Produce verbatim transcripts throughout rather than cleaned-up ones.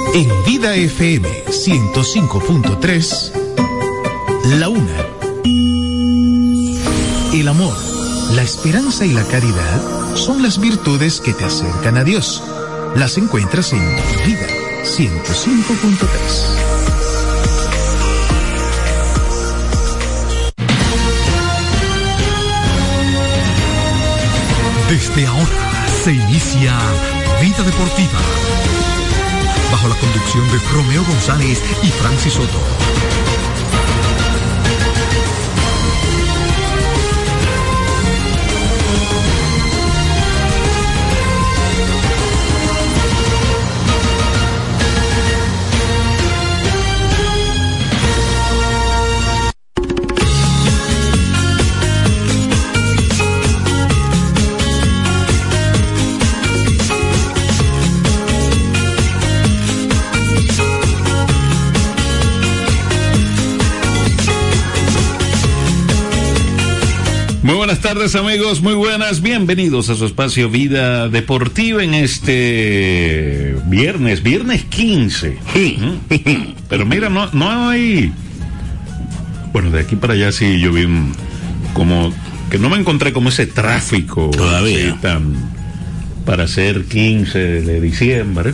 En Vida F M ciento cinco punto tres, La Una. El amor, la esperanza y la caridad son las virtudes que te acercan a Dios. Las encuentras en Vida ciento cinco punto tres. Desde ahora se inicia Vida Deportiva, bajo la conducción de Romeo González y Francis Soto. Muy buenas tardes, amigos, muy buenas, bienvenidos a su espacio Vida Deportiva en este viernes, viernes quince. Pero mira, no, no hay, bueno, de aquí para allá sí yo vi un, como, que no me encontré como ese tráfico todavía así, tan, para ser quince de diciembre.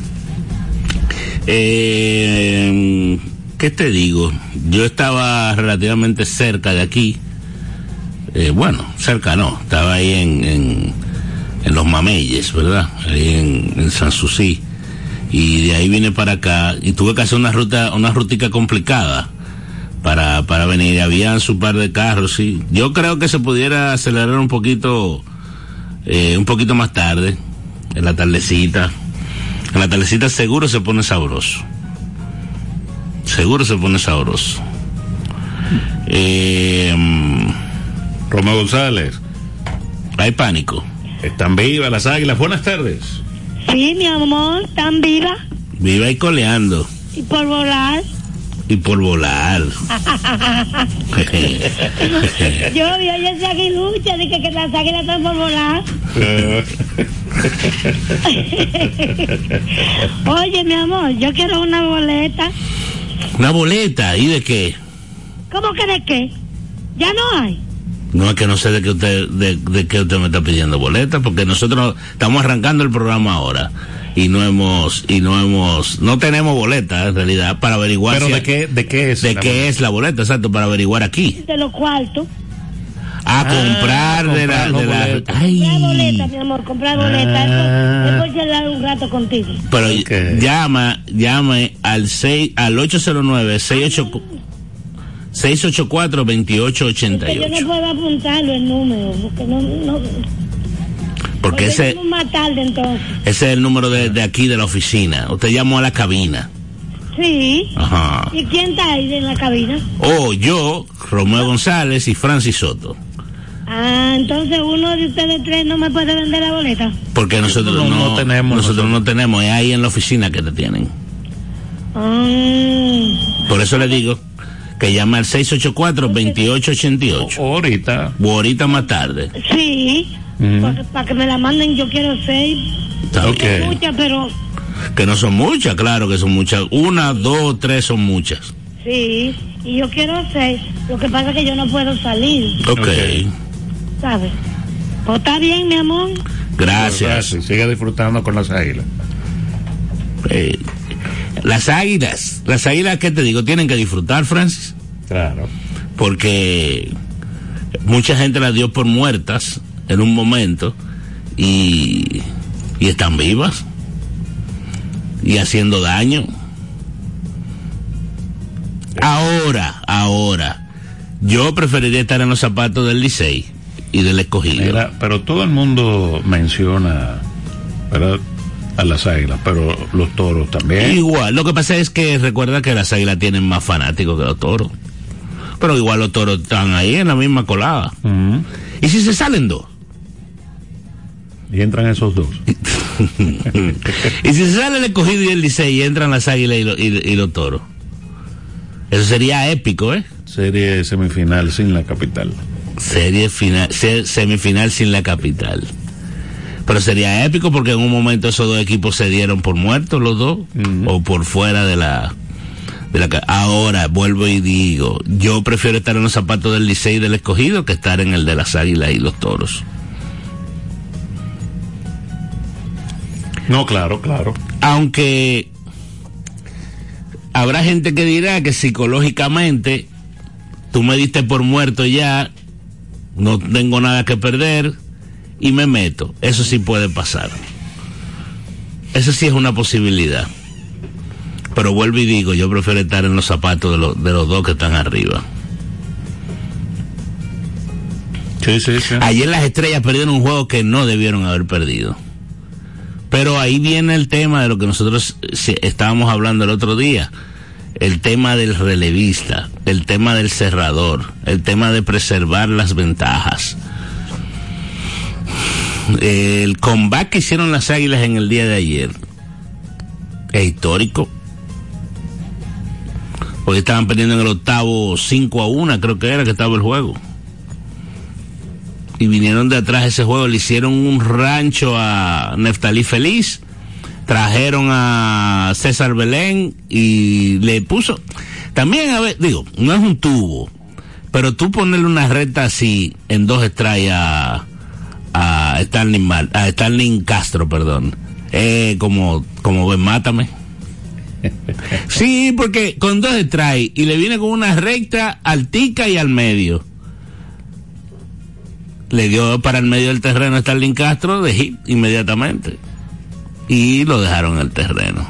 Eh, ¿qué te digo? Yo estaba relativamente cerca de aquí. Eh, bueno, cerca no, estaba ahí en, en, en Los Mameyes, ¿verdad? Ahí en, en Sanssouci. Y de ahí vine para acá y tuve que hacer una ruta, una rutica complicada para, para venir. Había su par de carros, sí. Yo creo que se pudiera acelerar un poquito, eh, un poquito más tarde, en la tardecita. En la tardecita seguro se pone sabroso. Seguro se pone sabroso. Eh... Romeo González. Hay pánico. Están vivas las águilas. Buenas tardes. Sí, mi amor, están vivas. Viva y coleando. Y por volar. Y por volar. Yo vi hoy ese aguilucha de que, que las águilas están por volar. Oye, mi amor, yo quiero una boleta. ¿Una boleta? ¿Y de qué? ¿Cómo que de qué? Ya no hay. No, es que no sé de qué usted, de, de qué usted me está pidiendo boleta, porque nosotros estamos arrancando el programa ahora y no hemos, y no hemos, no tenemos boleta en realidad para averiguar. Pero si de hay, qué, de qué es. De qué boleta? Es la boleta, exacto, para averiguar aquí. De los cuartos. A ah, comprar, de la, de la, ay. Comprar boleta, mi amor, comprar boleta. Ah. Eso, después charlar un rato contigo. Pero okay. llama, llame al seis, al ocho cero nueve, seis ocho seis ocho cuatro, dos ocho ocho ocho. Yo no puedo apuntarlo el número, porque no, no porque, porque ese más tarde, entonces. Ese es el número de, de aquí de la oficina. Usted llamó a la cabina. Sí. Ajá. ¿Y quién está ahí en la cabina? Oh, yo, Romeo González y Francis Soto. Ah, entonces uno de ustedes tres no me puede vender la boleta. Porque nosotros no, no, no tenemos. Nosotros no tenemos, es ahí en la oficina que te tienen. Ah. Por eso le digo que llame al seis ocho cuatro, dos ocho ocho ocho. O ahorita. O ahorita más tarde. Sí. Mm. Para que me la manden, yo quiero seis. Está okay. No muchas, pero. Que no son muchas, claro que son muchas. Una, dos, tres son muchas. Sí, y yo quiero seis. Lo que pasa es que yo no puedo salir. Ok. okay. ¿Sabes? Pues está bien, mi amor. Gracias. Gracias. Sigue disfrutando con las águilas. Eh, las águilas, las águilas, ¿qué te digo? Tienen que disfrutar, Francis. Claro. Porque mucha gente las dio por muertas en un momento y, y están vivas y haciendo daño. Ahora, ahora, yo preferiría estar en los zapatos del Licey y del Escogido. Mira, pero todo el mundo menciona, ¿verdad?, a las águilas, pero los toros también. Igual, lo que pasa es que recuerda que las águilas tienen más fanáticos que los toros. Pero igual los toros están ahí en la misma colada. Uh-huh. ¿Y si se salen dos? Y entran esos dos. ¿Y si se sale el Escogido y el Licey y entran las águilas y, lo, y, y los toros? Eso sería épico, ¿eh? Serie semifinal sin la capital. Serie final, se, semifinal sin la capital. Pero sería épico porque en un momento esos dos equipos se dieron por muertos los dos, uh-huh. o por fuera de la, de la... Ahora, vuelvo y digo, yo prefiero estar en los zapatos del Licey y del Escogido que estar en el de las Águilas y los Toros. No, claro, claro. Aunque habrá gente que dirá que psicológicamente tú me diste por muerto ya, no tengo nada que perder y me meto. Eso sí puede pasar. Eso sí es una posibilidad. Pero vuelvo y digo, yo prefiero estar en los zapatos de, lo, de los dos que están arriba. Sí, sí, sí. Ayer las Estrellas perdieron un juego que no debieron haber perdido. Pero ahí viene el tema de lo que nosotros estábamos hablando el otro día. El tema del relevista, el tema del cerrador, el tema de preservar las ventajas. El comeback que hicieron las Águilas en el día de ayer es histórico. Hoy estaban perdiendo en el octavo cinco a uno, creo que era que estaba el juego. Y vinieron de atrás ese juego, le hicieron un rancho a Neftalí Feliz, trajeron a César Belén y le puso, también a ver, digo, no es un tubo, pero tú ponerle una recta así en dos strikes a, a Starling Mal, a Starling Castro, perdón, eh, como, como ven, mátame. Sí, porque con dos strikes y le viene con una recta altica y al medio. Le dio para el medio del terreno a Starling Castro de hit inmediatamente. Y lo dejaron en el terreno.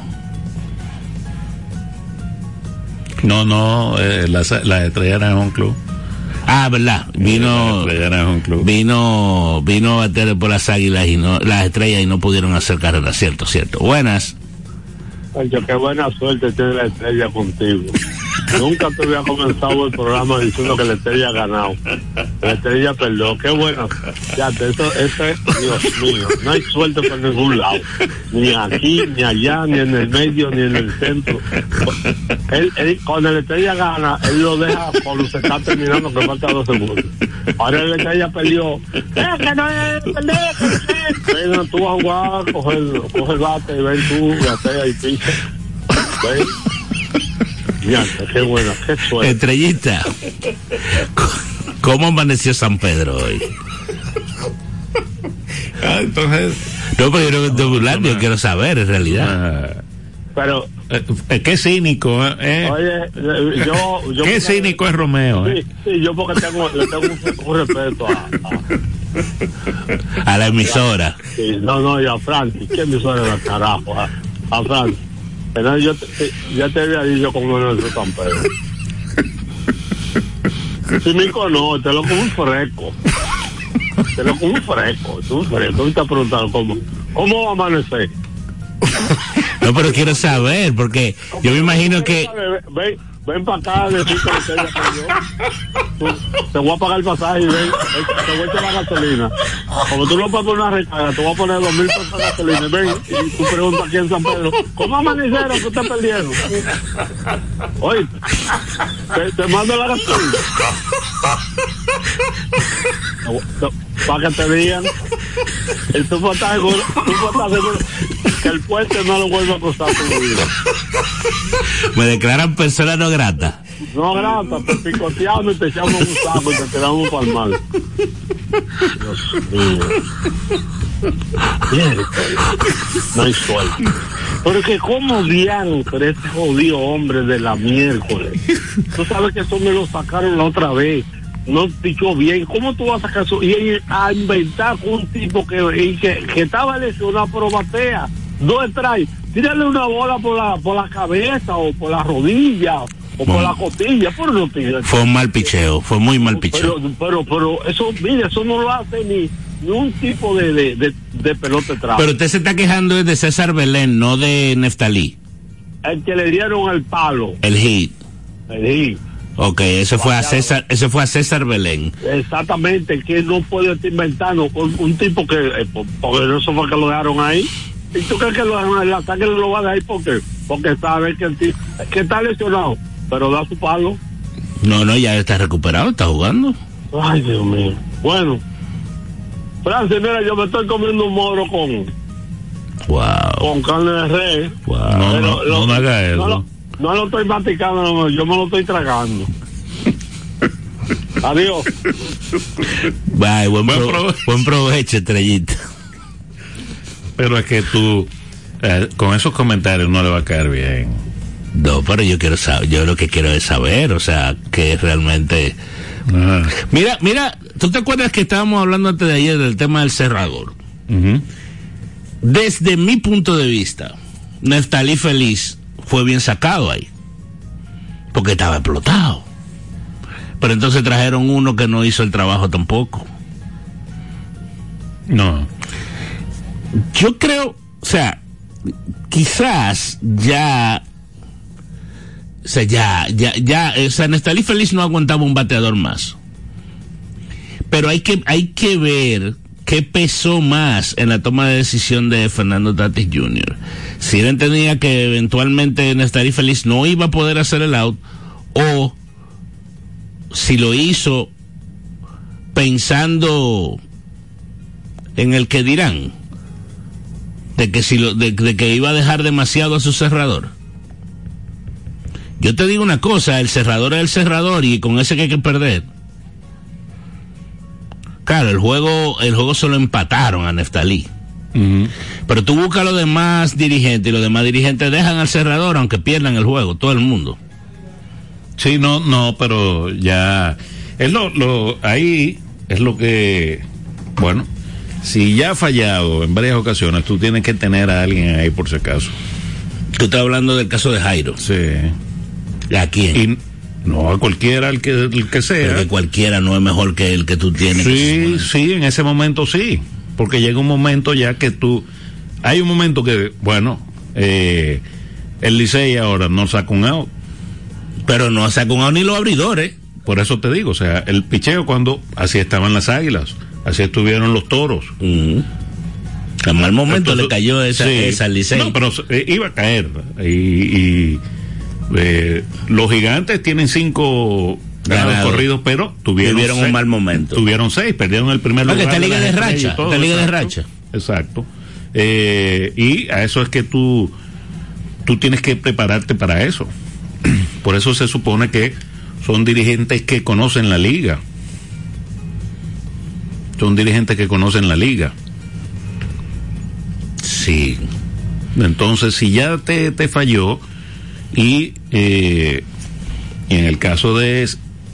No, no, eh, las la Estrellas eran un club. Ah, verdad. Vino, un club. vino, vino a bater por las Águilas y no, las Estrellas y no pudieron hacer carrera. Cierto, cierto. Buenas. Oye, qué buena suerte tiene la Estrella contigo. Nunca te había comenzado el programa diciendo que la Estrella ha ganado. La Estrella perdió. Qué bueno. Ya, eso, eso es, Dios mío, no hay suerte por ningún lado. Ni aquí, ni allá, ni en el medio, ni en el centro. Él, él, cuando la Estrella gana, él lo deja cuando se está terminando, que falta dos segundos. Ahora la Estrella perdió. ¡Eh, que no es perder! Ven, tú a jugar, coge el, coge el bate y ven tú, gatea y picha. ¿Ven? Mira, qué buena, qué suerte. Estrellita, ¿cómo amaneció San Pedro hoy? Ah, entonces... No, pero yo no estoy burlando, yo quiero saber en realidad. Pero... Eh, qué cínico, ¿eh? Oye, yo... yo qué porque, cínico es Romeo, ¿eh? Sí, sí, yo porque tengo, le tengo un, un respeto a, a... a la emisora. Sí, no, no, y a Francis, ¿qué emisora era, carajo? A, a Francis. Pero yo te, ya te había dicho cómo no es San Pedro. Si me conoces, te lo como un fresco. Te lo como un fresco, tú un fresco. Tú te has preguntado cómo, cómo va a amanecer. No, pero quiero saber, porque yo me imagino que... Ven, ven para acá, decir que la Estrella perdió. Te voy a pagar el pasaje y ven, ven, te voy a echar la gasolina. Como tú no puedes poner una recarga, te voy a poner dos mil pesos de gasolina. Ven, y tú preguntas aquí en San Pedro, ¿cómo amanecieron que ustedes perdieron? Oye, te, te mando la gasolina. Para que te digan, y tú puedes estar seguro, tú puedes estar seguro que el puente no lo vuelva a cruzar tu vida. Me declaran persona no grata. No grata, te picoteamos y te echamos un saco y te tiramos para el mal. Dios mío. Bien, no hay suerte. Porque como diantre este jodido hombre de la miércoles. Tú sabes que eso me lo sacaron la otra vez. No pichó bien. ¿Cómo tú vas a sacar eso? Y a inventar con un tipo que, que, que estaba lesionado pero batea. Dos strikes. Tírale una bola por la, por la cabeza o por la rodilla o bueno, por la costilla. Por no tirar. Fue un mal picheo. Fue muy mal picheo. Pero, pero, pero eso, mire, eso no lo hace ni, ni un tipo de, de, de, de pelota de trabajo. Pero usted se está quejando de César Belén, no de Neftalí. El que le dieron el palo. El hit. El hit. Ok, eso fue a César, eso fue a César Belén. Exactamente, que no puede estar inventando un, un tipo que, eh, porque eso fue que lo dejaron ahí. ¿Y tú crees que lo, el ataque lo va a dejar por qué? Porque sabe que el tipo, que está lesionado, pero da su palo. No, no, ya está recuperado, está jugando. Ay, Dios mío. Bueno, Francis, mira, yo me estoy comiendo un moro con, wow. con carne de res. Wow. No, Pero no, lo- no me haga eso. No lo, no lo estoy masticando, no, yo me lo estoy tragando. Adiós. Bye, buen, Buen pro- provecho. buen provecho, Estrellita. Pero es que tú, eh, con esos comentarios no le va a caer bien. No, pero yo quiero saber, yo lo que quiero es saber, o sea, que realmente... Ah. Mira, mira, ¿tú te acuerdas que estábamos hablando antes de ayer del tema del cerrador? Ujú. Desde mi punto de vista, Neftalí Feliz fue bien sacado ahí, porque estaba explotado. Pero entonces trajeron uno que no hizo el trabajo tampoco. No. Yo creo, o sea, quizás ya, o sea, ya, ya, ya, o sea, Neftalí Feliz no aguantaba un bateador más. Pero hay que, hay que ver qué pesó más en la toma de decisión de Fernando Tatis junior Si él entendía que eventualmente Neftalí Feliz no iba a poder hacer el out, o si lo hizo pensando en el que dirán, de que si lo, de, de que iba a dejar demasiado a su cerrador. Yo te digo una cosa, el cerrador es el cerrador y con ese que hay que perder. Claro, el juego, el juego se lo empataron a Neftalí. Uh-huh. Pero tú buscas a los demás dirigentes y los demás dirigentes dejan al cerrador aunque pierdan el juego, todo el mundo. Sí, no, no, pero ya es lo, lo, ahí es lo que, bueno, si ya ha fallado en varias ocasiones, tú tienes que tener a alguien ahí por si acaso. Tú estás hablando del caso de Jairo. Sí. ¿A quién? Y no a cualquiera, el que, el que sea. Pero que cualquiera no es mejor que el que tú tienes. Sí, sí, en ese momento sí, porque llega un momento ya que tú, hay un momento que, bueno, eh, el Licey ahora no saca un out. Pero no saca un out ni los abridores. Por eso te digo, o sea, el picheo cuando así estaban las Águilas, así estuvieron los Toros. Uh-huh. En mal momento Entonces, le cayó esa, sí, esa al Licey. No, pero eh, iba a caer. Y, y eh, los Gigantes tienen cinco ganados Ganado. corridos, pero tuvieron, Tuvieron un seis, mal momento. Tuvieron seis, perdieron el primer Porque lugar. esta liga la de estrella racha, y todo, esta liga de exacto, racha. Exacto. Eh, y a eso es que tú, tú tienes que prepararte para eso. Por eso se supone que son dirigentes que conocen la liga. Son dirigentes que conocen la liga. Sí. Entonces, si ya te, te falló, y, eh, y en el caso de,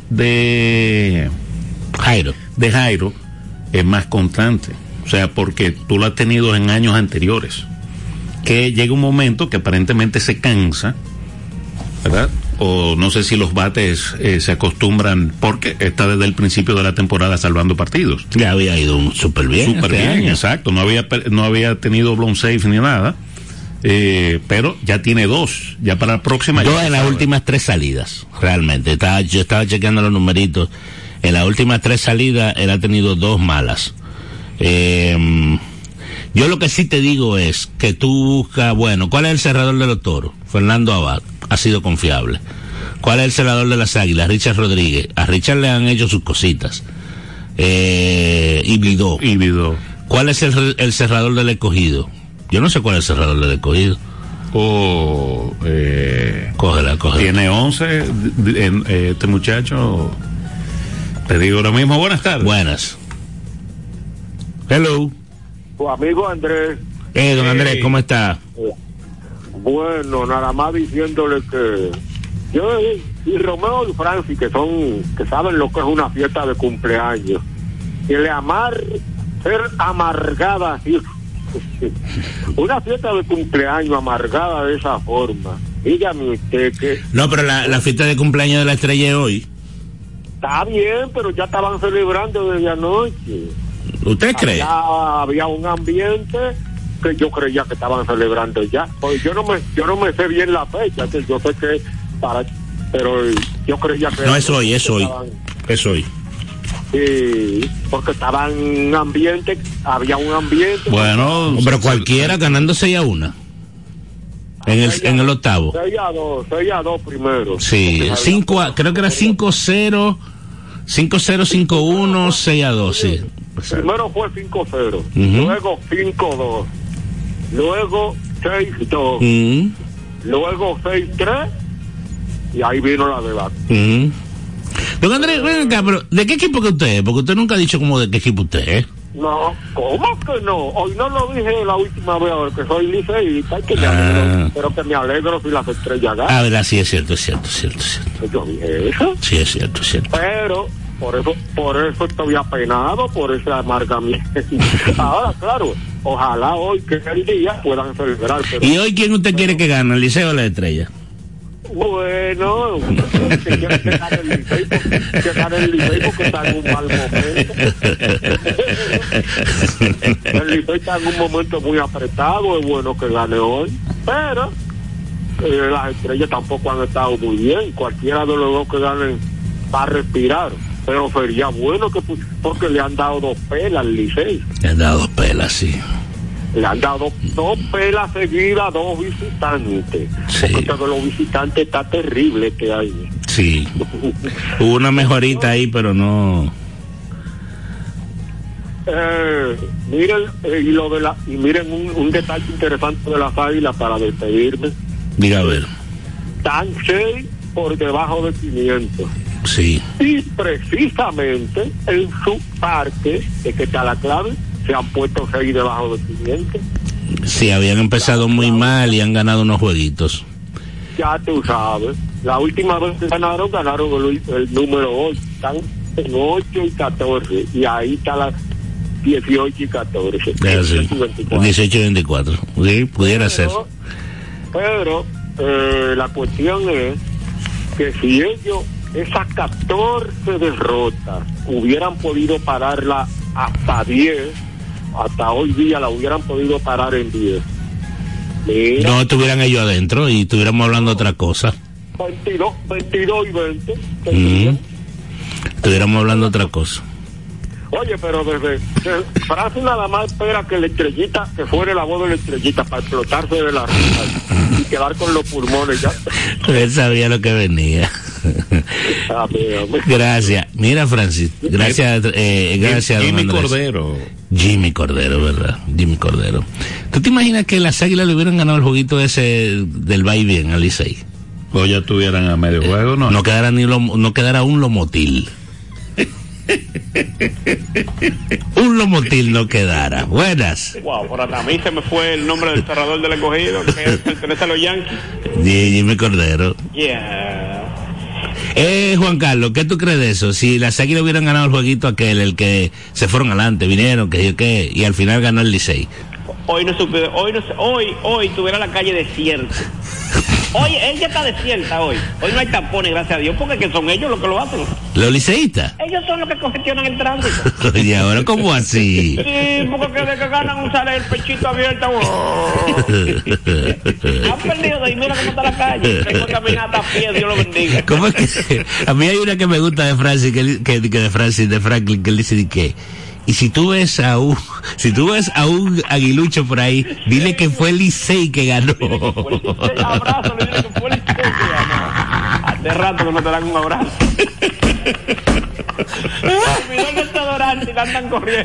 de Jairo. de Jairo, es más constante. O sea, porque tú lo has tenido en años anteriores. Que llega un momento que aparentemente se cansa, ¿verdad? O no sé si los bates eh, se acostumbran, porque está desde el principio de la temporada salvando partidos. Le había ido súper bien. Súper este bien, año. exacto. No había, no había tenido blown safe ni nada. Eh, pero ya tiene dos. Ya para la próxima. Dos ya en las sabe. últimas tres salidas, realmente. Estaba, yo estaba chequeando los numeritos. En las últimas tres salidas, él ha tenido dos malas. Eh, yo lo que sí te digo es que tú buscas, bueno, ¿cuál es el cerrador de los Toros? Fernando Abad, ha sido confiable. ¿Cuál es el cerrador de las Águilas? Richard Rodríguez. A Richard le han hecho sus cositas. Eh, Híbrido. Híbrido. ¿Cuál es el, el cerrador del Escogido? Yo no sé cuál es el cerrador del Escogido. O eh, Cógela, cógela. tiene once en, eh, este muchacho. Te digo ahora mismo, buenas tardes. Buenas. Hello. Tu amigo Andrés. Eh, don Hey. Andrés, ¿cómo está? Bueno, nada más diciéndole que yo y Romeo y Francis, que son, que saben lo que es una fiesta de cumpleaños, que le amar, ser amargada así, una fiesta de cumpleaños amargada de esa forma. Dígame usted que No, pero la, la fiesta de cumpleaños de la estrella es hoy. está bien, pero ya estaban celebrando desde anoche. ¿Usted cree? Allá había un ambiente que yo creía que estaban celebrando ya. Pues yo no me, yo no me sé bien la fecha, que yo sé que para, pero yo creía que No, es hoy, es hoy. estaban- Es hoy. Sí, porque estaban en ambiente, había un ambiente. Bueno, Pero cualquiera ganando seis a una. En el, en el octavo. seis a dos, seis a dos primero. Sí, Porque cinco a, creo que era cinco cero, cinco cero, cinco uno, seis a dos, sí. Primero fue cinco cero, Uh-huh. luego cinco dos, luego seis dos, Uh-huh. luego seis tres, y ahí vino la debate. Uh-huh. Don Andrés, ven acá, pero ¿de qué equipo que usted es? Porque usted nunca ha dicho como de qué equipo usted es. No, ¿cómo que no? Hoy no lo dije la última vez, ahora que soy liceísta, y que me Ah. alegro, pero que me alegro si las estrellas ganan. Ah, verdad, sí, es cierto, es cierto, es cierto, es cierto. Yo dije eso, Sí, es cierto, es cierto. pero por eso por eso estoy apenado, por ese amargamiento. Ahora, claro, ojalá hoy que es el día puedan celebrar. Pero, ¿Y hoy quién usted quiere que gane, el Liceo o la Estrella? bueno, que quiere que gane el Licey, porque- que gane el Licey porque está en un mal momento. El Licey está en un momento muy apretado, es bueno que gane hoy, pero eh, las estrellas tampoco han estado muy bien. Cualquiera de los dos que ganen va a respirar, pero sería bueno que pu- porque le han dado dos pelas al Licey. Le han dado pelas, sí. Le han dado dos pelas seguidas a dos visitantes. Sí. Porque esto de los visitantes está terrible este año. Sí. Hubo una mejorita ahí, pero no. Eh, miren, eh, y lo de la, y miren un, un detalle interesante de las Águilas para despedirme. Diga a ver. Están seis por debajo de quinientos. Sí. Y precisamente en su parque, es que está la clave, se han puesto seis debajo de quinientos. Sí, habían empezado muy mal y han ganado unos jueguitos. Ya tú sabes, la última vez que ganaron, ganaron el, el número ocho. Están en ocho y catorce. Y ahí está la dieciocho y catorce. Ah, sí. dieciocho y veinticuatro. dieciocho y veinticuatro. Sí, pudiera ser. Pero eh, la cuestión es que si ellos, esas catorce derrotas, hubieran podido pararla hasta diez, hasta hoy día la hubieran podido parar en diez. Mira, No estuvieran ellos adentro y estuviéramos hablando de otra cosa. veintidós, veintidós y veinte. Mm. Estuviéramos hablando de otra cosa. Oye, pero desde que Francia nada más espera que la estrellita, que fuere la voz de la estrellita para explotarse de la risa y quedar con los pulmones ya. Él sabía lo que venía. Ah, mira, mira. Gracias. Mira, Francis. Gracias, eh, gracias, don Jimmy Andrés. Cordero. Jimmy Cordero, ¿verdad? Jimmy Cordero. ¿Tú te imaginas que las Águilas le hubieran ganado el jueguito ese del va y bien al Licey? O ya estuvieran a medio juego, ¿no? No quedara ni lo, no quedara un lomotil. Un lomotil no quedara. Buenas. Wow, por hasta a mí se me fue el nombre del cerrador del escogido, que pertenece a los Yankees. Jimmy Cordero. Yeah. Eh, Juan Carlos, ¿qué tú crees de eso? Si las Águilas hubieran ganado el jueguito aquel, el que se fueron adelante, vinieron, que yo qué, y al final ganó el Licey. Hoy no supe, hoy no sé- hoy, hoy tuviera la calle desierta. Hoy, ella está desierta hoy. Hoy no hay tapones, gracias a Dios, porque que son ellos los que lo hacen. ¿Los liceístas? Ellos son los que congestionan el tránsito. ¿Y ahora cómo así? Sí, porque desde que ganan sale el pechito abierto. Han perdido de ahí, mira cómo está la calle. Tengo que caminar hasta pie, Dios lo bendiga. ¿Cómo es que? A mí hay una que me gusta de Francis, que, que, que de Francis, de Franklin, que él dice de que, y si tú ves a un, si tú ves a un aguilucho por ahí, dile que fue el Licey que ganó. Abrazo, le digo que fue el Licey que ganó. Hace rato que no te dan un abrazo. Olvidó el desodorante y la andan corriendo.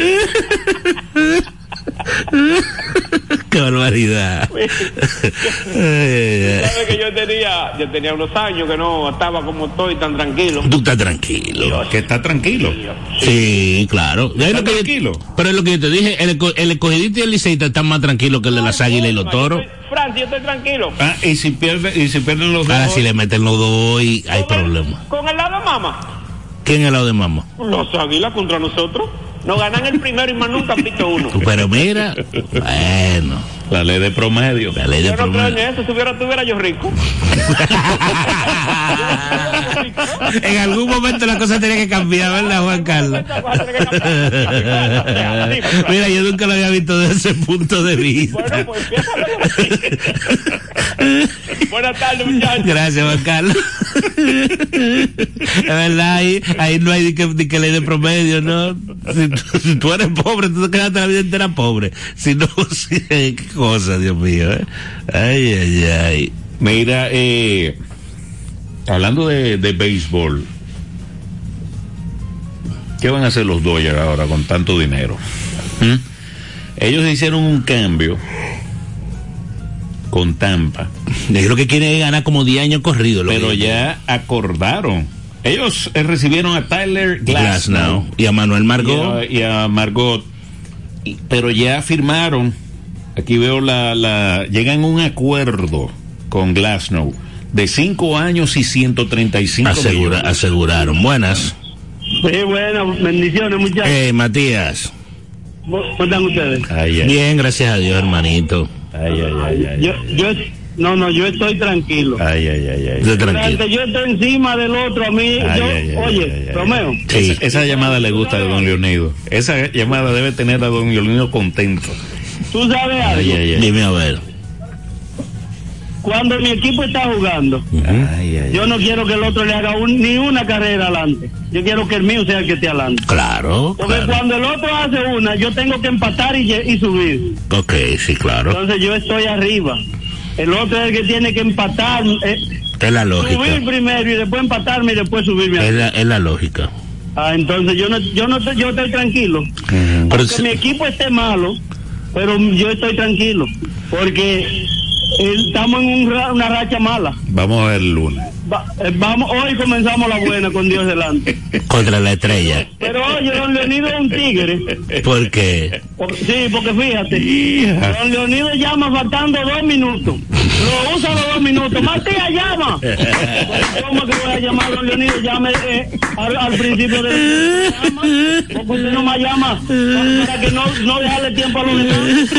Qué barbaridad. Ay, ay, ay. Sabes que yo tenía, yo tenía unos años que no estaba como estoy tan tranquilo. Tú estás tranquilo. Que está tranquilo. Sí, claro. Es lo que yo- tranquilo. pero es lo que yo te dije, el, eco- el escogidista y el liceísta están más tranquilos que el de las águilas y los toros. Francis, yo estoy tranquilo. Ah, y si pierden, y si pierden los Ahora dos. si le meten los dos y hay Con el- problemas. Con el lado de mamá. ¿Quién es el lado de mamá? Los águilas contra nosotros. Nos ganan el primero y más nunca han visto uno. Pero mira, bueno, La ley de promedio. la ley de Yo no creo en promedio. eso, si hubiera, tuviera yo rico. En algún momento la cosa tenía que cambiar, ¿verdad, Juan Carlos? Mira, yo nunca lo había visto desde ese punto de vista. Bueno, pues empieza a ver. Buenas tardes, muchachos. Gracias, Juan Carlos. Es verdad, ahí, ahí no hay ni que, ni que ley de promedio, ¿no? Si, tú- si tú eres pobre, tú te quedaste la vida entera pobre. Si no, si, qué cosa, Dios mío, ¿eh? Ay, ay, ay. Mira, eh, hablando de, de béisbol, ¿Qué van a hacer los Dodgers ahora con tanto dinero? ¿Mm? Ellos hicieron un cambio con Tampa. Yo creo que quiere ganar como diez años corridos. Pero ya acordaron. Ellos eh, recibieron a Tyler Glasnow, Glasnow y a Manuel Margot. Y a, y a Margot. Y, pero ya firmaron. Aquí veo la, la. Llegan a un acuerdo con Glasnow de cinco años y ciento treinta y cinco Asegura, millones. Aseguraron. Buenas. Sí, bueno, bendiciones, muchachos. Eh, Matías. ¿Cómo están ustedes? Ay, ay. Bien, gracias a Dios, hermanito. Ay, ay, ay, ay, Yo, ay, yo, no, no, yo estoy tranquilo. ay, ay, ay, ay. Estoy tranquilo. Yo estoy encima del otro, a mí, Ay, yo, ay, ay, oye, ay, ay, Romeo. ay. Sí. Esa, esa llamada le gusta a don Leonido. Esa llamada debe tener a don Leonido contento. Tú sabes algo, Ay, ay, ay. Dime a ver. cuando mi equipo está jugando, Ay, ay, yo no quiero que el otro le haga un, ni una carrera adelante. Yo quiero que el mío sea el que esté adelante. Claro, Porque claro. cuando el otro hace una, yo tengo que empatar y, lle- y subir. Ok, sí, claro. Entonces yo estoy arriba. El otro es el que tiene que empatar, eh, Es la subir lógica. primero y después empatarme y después subirme. Es la, es la lógica. Ah, entonces yo no, yo no, estoy- yo estoy tranquilo. Pero Aunque si- mi equipo esté malo, pero yo estoy tranquilo, porque eh, estamos en un ra- una racha mala. Vamos a ver el lunes. Va- eh, vamos, hoy comenzamos la buena con Dios delante. contra la estrella. Pero oye, don Leonido es un tigre. Porque Por- sí, porque fíjate, don Leonido llama faltando dos minutos. Lo usa los dos minutos. Matías, llama. ¿Cómo que voy a llamar a don Leonido? Llame eh, al, al principio de llama. Porque usted no me llama para que no, no dejarle tiempo a los demás.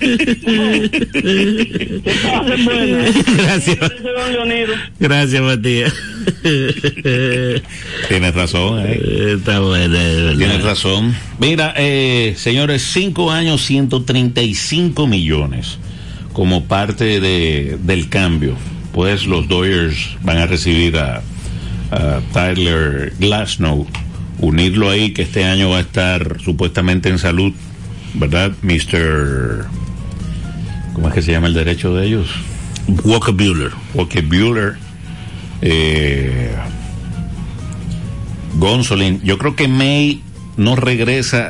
Que pasen buenas. Gracias. Ese es don Leonido. Gracias, Matías. Tienes razón, ¿eh? Eh, Está bueno, de verdad. Tienes razón. Mira, eh, señores, cinco años, ciento treinta y cinco millones como parte de, del cambio. Pues los Dodgers van a recibir a, a Tyler Glasnow, unirlo ahí, que este año va a estar supuestamente en salud, ¿verdad? mister ¿Cómo es que se llama el derecho de ellos? Walker Buehler. Walker Buehler. Eh, Gonsolin, yo creo que May no regresa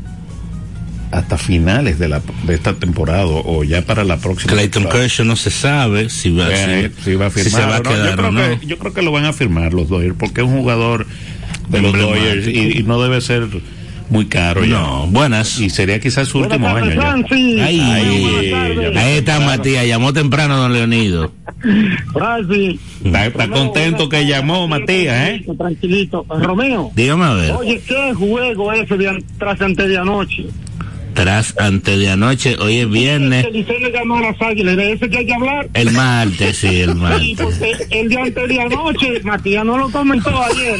hasta finales de la de esta temporada o ya para la próxima. Clayton temporada. Kershaw no se sabe si va, Eh, si, si va a si firmar. se va a No, quedar yo, creo o no. que, yo creo que lo van a firmar los Dodgers porque es un jugador de los Emblemático. Dodgers y, y no debe ser muy caro ya. No, buenas. Y sería quizás su Buenas último tardes, año ya. Francis. Ay, Buenas tardes. ahí está Matías, llamó temprano don Leonido. Francis. Está, está contento que llamó Matías, ¿eh? Tranquilito. Romeo. Dígame a ver. Oye, ¿qué juego ese de an- tras antes de anoche? Tras antes de anoche, hoy es viernes, El Licey le ganó a las Águilas, ¿de ese que hay que hablar? el martes, sí, el Sí, martes. porque el de antes de anoche, Matías no lo comentó ayer.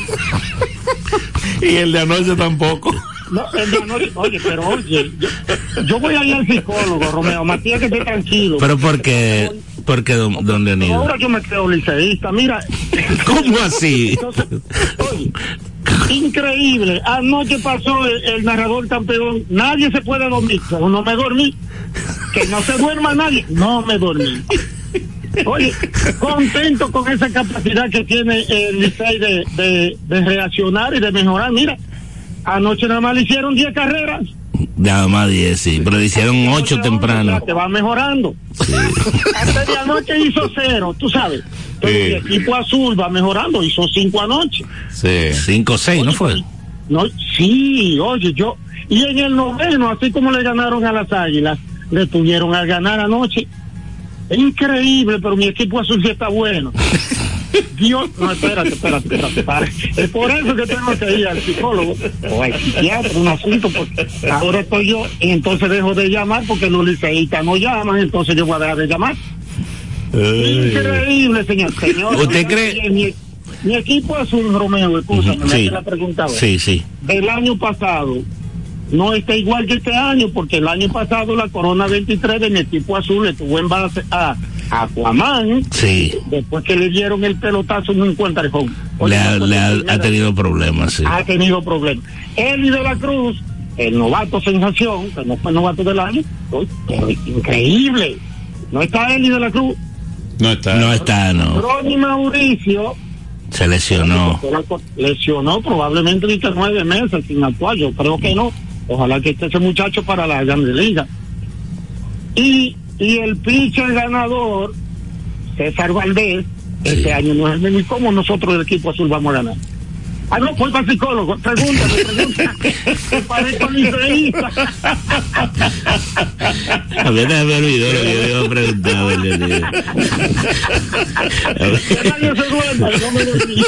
Y el de anoche tampoco. No, el de anoche, oye, pero oye, yo, yo voy a ir al psicólogo, Romeo. Matías, que esté tranquilo. Pero porque, porque don, don Pero Leonido. ahora yo me creo liceísta, mira. ¿Cómo así? Entonces, oye, increíble. Anoche pasó el, el narrador campeón. Nadie se puede dormir. Yo no me dormí. Que no se duerma nadie. No me dormí. Oye, contento con esa capacidad que tiene el Licey de, de, de reaccionar y de mejorar. Mira, anoche nada más le hicieron diez carreras. Nada más diez, sí, pero le hicieron ocho temprano. Te va mejorando. Antes de anoche hizo cero, tú sabes. Pero Sí. el equipo azul va mejorando, hizo cinco anoche. Sí. Cinco o seis, ¿no fue? No, sí, oye, yo. Y en el noveno, así como le ganaron a las Águilas, le tuvieron al ganar anoche. Es increíble, pero mi equipo azul sí está bueno. Dios, no, espérate, espérate, espérate, para. Es por eso que tengo que ir al psicólogo o al psiquiatra, un asunto, porque ahora estoy yo, y entonces dejo de llamar porque los liceístas no llaman, entonces yo voy a dejar de llamar. Increíble, señor. señor ¿Usted no, cree? Mi, mi equipo azul, Romeo, escúchame, me Sí, hace la pregunta ahora. sí, sí. Del año pasado no está igual que este año, porque el año pasado la Corona veintitrés de mi equipo azul estuvo en base a Aquaman, Sí, después que le dieron el pelotazo no encuentra el home. le ha, le ha, ha tenido problemas, sí. ha tenido problemas. Eli de la Cruz, el novato sensación, que no fue novato del año, oye, increíble. No está Eli de la Cruz. No está. No está, no. Ronnie Mauricio Se lesionó. Lesionó probablemente viste nueve meses sin actuar, yo creo que no. Ojalá que esté ese muchacho para la Grande Liga. Y, y el pitcher ganador, César Valdés, sí. Este año no es el mismo. ¿Y cómo nosotros del equipo azul vamos a ganar? Ah, no, fue para el psicólogo. Pregúntame, pregúntame. ¿Qué parezco liceísta? A mí me olvidó lo que yo iba a preguntar. Que nadie se duerma, no me decía.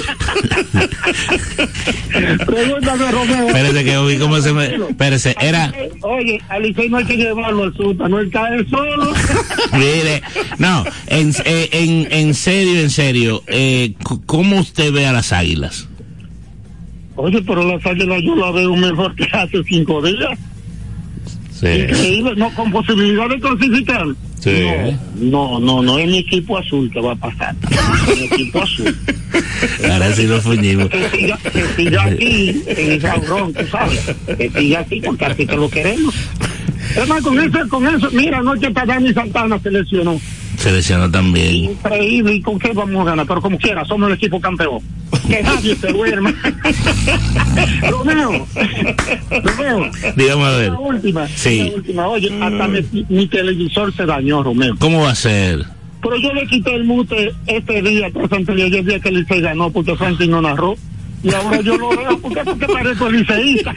Pregúntame, Romeo. Espérese que oí cómo se me... Espérese, era... Oye, al Licey no hay que llevarlo al sótano, él cae solo. Mire, no, en, en, en serio, en serio, eh, ¿cómo usted ve a las Águilas? Oye, pero las Águilas yo la veo mejor que hace cinco días. Sí. Increíble, no, con posibilidad de clasificar. Sí. No, no, no, no es mi equipo azul que va a pasar. Es mi equipo azul. Ahora sí lo fuñimos. Que siga, que siga aquí en el Raurón, tú sabes. Que siga así porque así que lo queremos. Además, con eso, con eso, mira, anoche para Dani Santana se lesionó. Se lesionó también. Increíble, ¿y con qué vamos a ganar? Pero como quiera, somos el equipo campeón. Que nadie se duerma. Romeo, Romeo. Dígame a ver. La última, sí. La última. Oye, hasta mi, mi televisor se dañó, Romeo. ¿Cómo va a ser? Pero yo le quité el mute este día, tras anterior, el día que el Licey ganó, porque Franklin no narró. Y ahora yo lo veo, porque eso que parezco liceísta.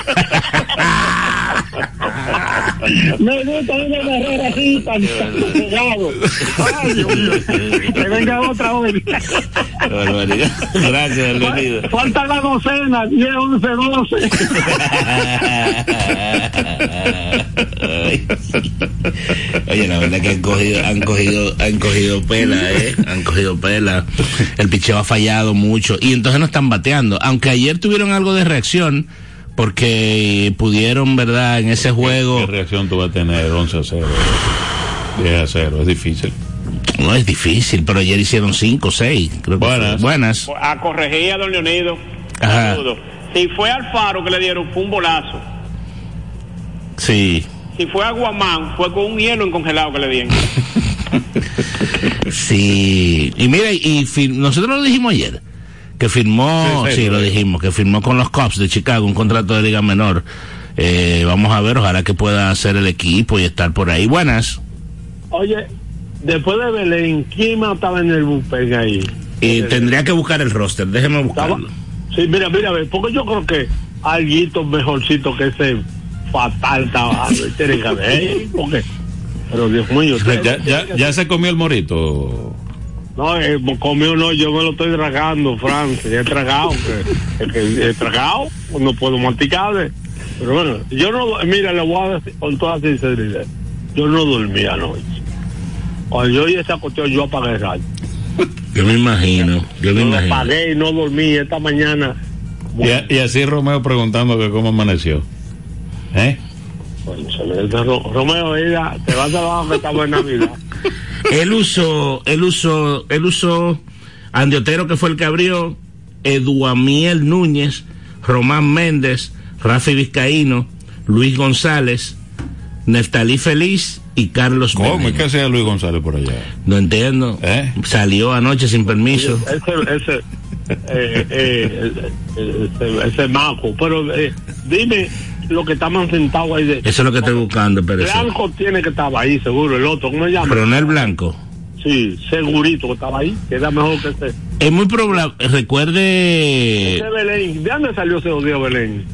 Me gusta una carrera así, tan pegado. Ay, Dios mío. Que venga otra hoy. Gracias, Leonido. Falta la docena, diez, once, doce. Oye, la verdad que han cogido, han cogido, han cogido pela, eh. Han cogido pela. El picheo ha fallado mucho. Y entonces no están bateando. Aunque ayer tuvieron algo de reacción, porque pudieron, ¿verdad? En ese juego. ¿Qué reacción tú vas a tener? once a cero, diez a cero, es difícil. No es difícil, pero ayer hicieron cinco, seis. Creo que buenas. Buenas. A corregir a don Leonido. Ajá. Saludos. Si fue al Faro que le dieron, fue un bolazo. Sí. Si fue a Guamán, fue con un hielo congelado que le dieron. Sí. Y mira, y fir- nosotros lo dijimos ayer, que firmó, sí, sí, sí lo dijimos, que firmó con los Cubs de Chicago un contrato de liga menor. Eh, vamos a ver, ojalá que pueda hacer el equipo y estar por ahí. Buenas. Oye, después de Belén, ¿quién más estaba en el bullpen ahí? Y eh, tendría que buscar el roster, déjeme buscarlo. Estaba, sí, mira, mira, porque yo creo que alguito mejorcito que ese fatal estaba, tiene que haber, porque, pero Dios mío. Ya, ya, ya se comió el morito. No, eh, comió no, yo me lo estoy tragando, Fran, ya he tragado, que, que he tragado, no puedo masticarle. Pero bueno, yo no, mira, le voy a decir con toda sinceridad, yo no dormí anoche. Cuando yo oí esa cuestión, yo apagué el radio. Yo me imagino, yo me yo imagino. Lo apagué y no dormí esta mañana. Bueno. Y, y así Romeo preguntando que cómo amaneció. ¿Eh? Bueno, se me dice, Romeo, ella, te vas abajo que estamos en Navidad. Él usó, él usó, él usó Andy Otero, que fue el que abrió, Eduamiel Núñez, Román Méndez, Rafi Vizcaíno, Luis González, Neftalí Feliz y Carlos ¿Cómo? Veneno. ¿Y qué hacía Luis González por allá? No entiendo. ¿Eh? Salió anoche sin permiso. Ese, ese, eh, eh, ese, ese maco. Pero eh, dime lo que estaban sentados ahí. De, Eso es lo que estoy buscando, pero Blanco tiene que estar ahí, seguro. El otro, ¿cómo se llama? Coronel Blanco. Sí, segurito que estaba ahí. Queda mejor que ese. Es muy probable. Recuerde. Ese Belén. ¿De dónde salió ese odio Belén?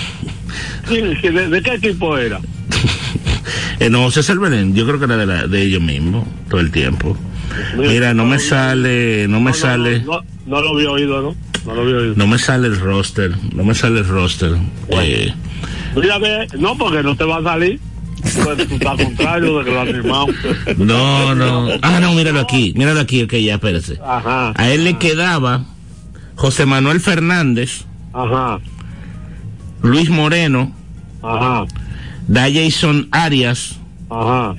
¿De, de, ¿De qué equipo era? Eh, no, César Belén, yo creo que era de, la, de ellos mismos, todo el tiempo. Mira, Mira no, no me sale, no me no, sale. No, no, no, no lo había oído, ¿no? No lo había oído. No me sale el roster, no me sale el roster. Bueno. Eh. Mira, ve, no, porque no te va a salir. Pues tú estás contrario de que lo has firmado. No, no. Ah, no, míralo aquí, míralo aquí, ok, ya, espérese. Ajá. A él le quedaba José Manuel Fernández. Ajá. Luis Moreno. Ajá. Jason Arias. Ajá.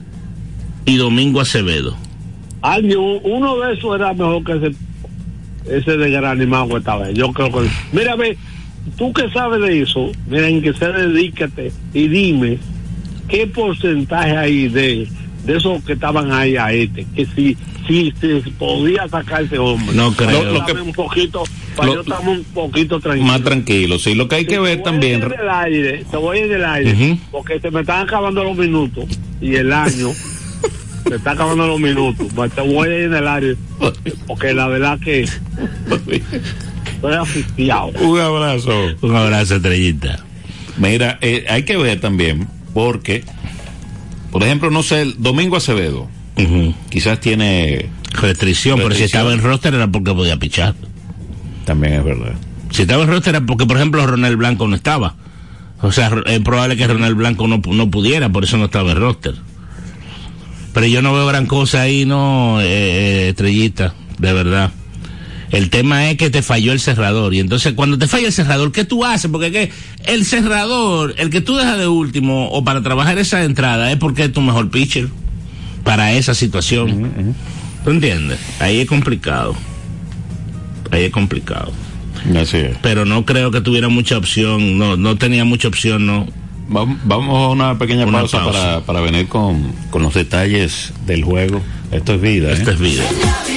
Y Domingo Acevedo. Alguien, uno de esos era mejor que ese, ese de Granimagua esta vez. Yo creo que. Mira, ve, tú que sabes de eso, mira, en que se dedícate y dime qué porcentaje hay de, de esos que estaban ahí a este. Que si si, si podía sacar ese hombre. No creo. Lo, lo que, un poquito, para lo, yo estamos un poquito tranquilos. Más tranquilo, sí. Lo que hay que ver también. Te voy en el aire, te voy en el aire, uh-huh. porque se me están acabando los minutos y el año. Se está acabando los minutos. Pues te voy en el aire, porque la verdad que estoy asfixiado. Un abrazo. Un abrazo, Estrellita. Mira, eh, hay que ver también, porque, por ejemplo, no sé, el Domingo Acevedo, uh-huh. quizás tiene restricción, restricción, pero si estaba en roster era porque podía pichar. También es verdad. Si estaba en roster era porque, por ejemplo, Ronald Blanco no estaba. O sea, es probable que Ronald Blanco no, no pudiera, por eso no estaba en roster. Pero yo no veo gran cosa ahí, no, eh, eh, Estrellita, de verdad. El tema es que te falló el cerrador. Y entonces, cuando te falla el cerrador, ¿qué tú haces? Porque ¿qué? El cerrador, el que tú dejas de último o para trabajar esa entrada, es porque es tu mejor pitcher para esa situación. Uh-huh, uh-huh. ¿Tú entiendes? Ahí es complicado. Ahí es complicado. Así es. Pero no creo que tuviera mucha opción. No, no tenía mucha opción, no. Vamos, vamos a una pequeña una pausa, pausa. Para, para venir con, con los detalles del juego. Esto es vida. Esto ¿eh? es vida.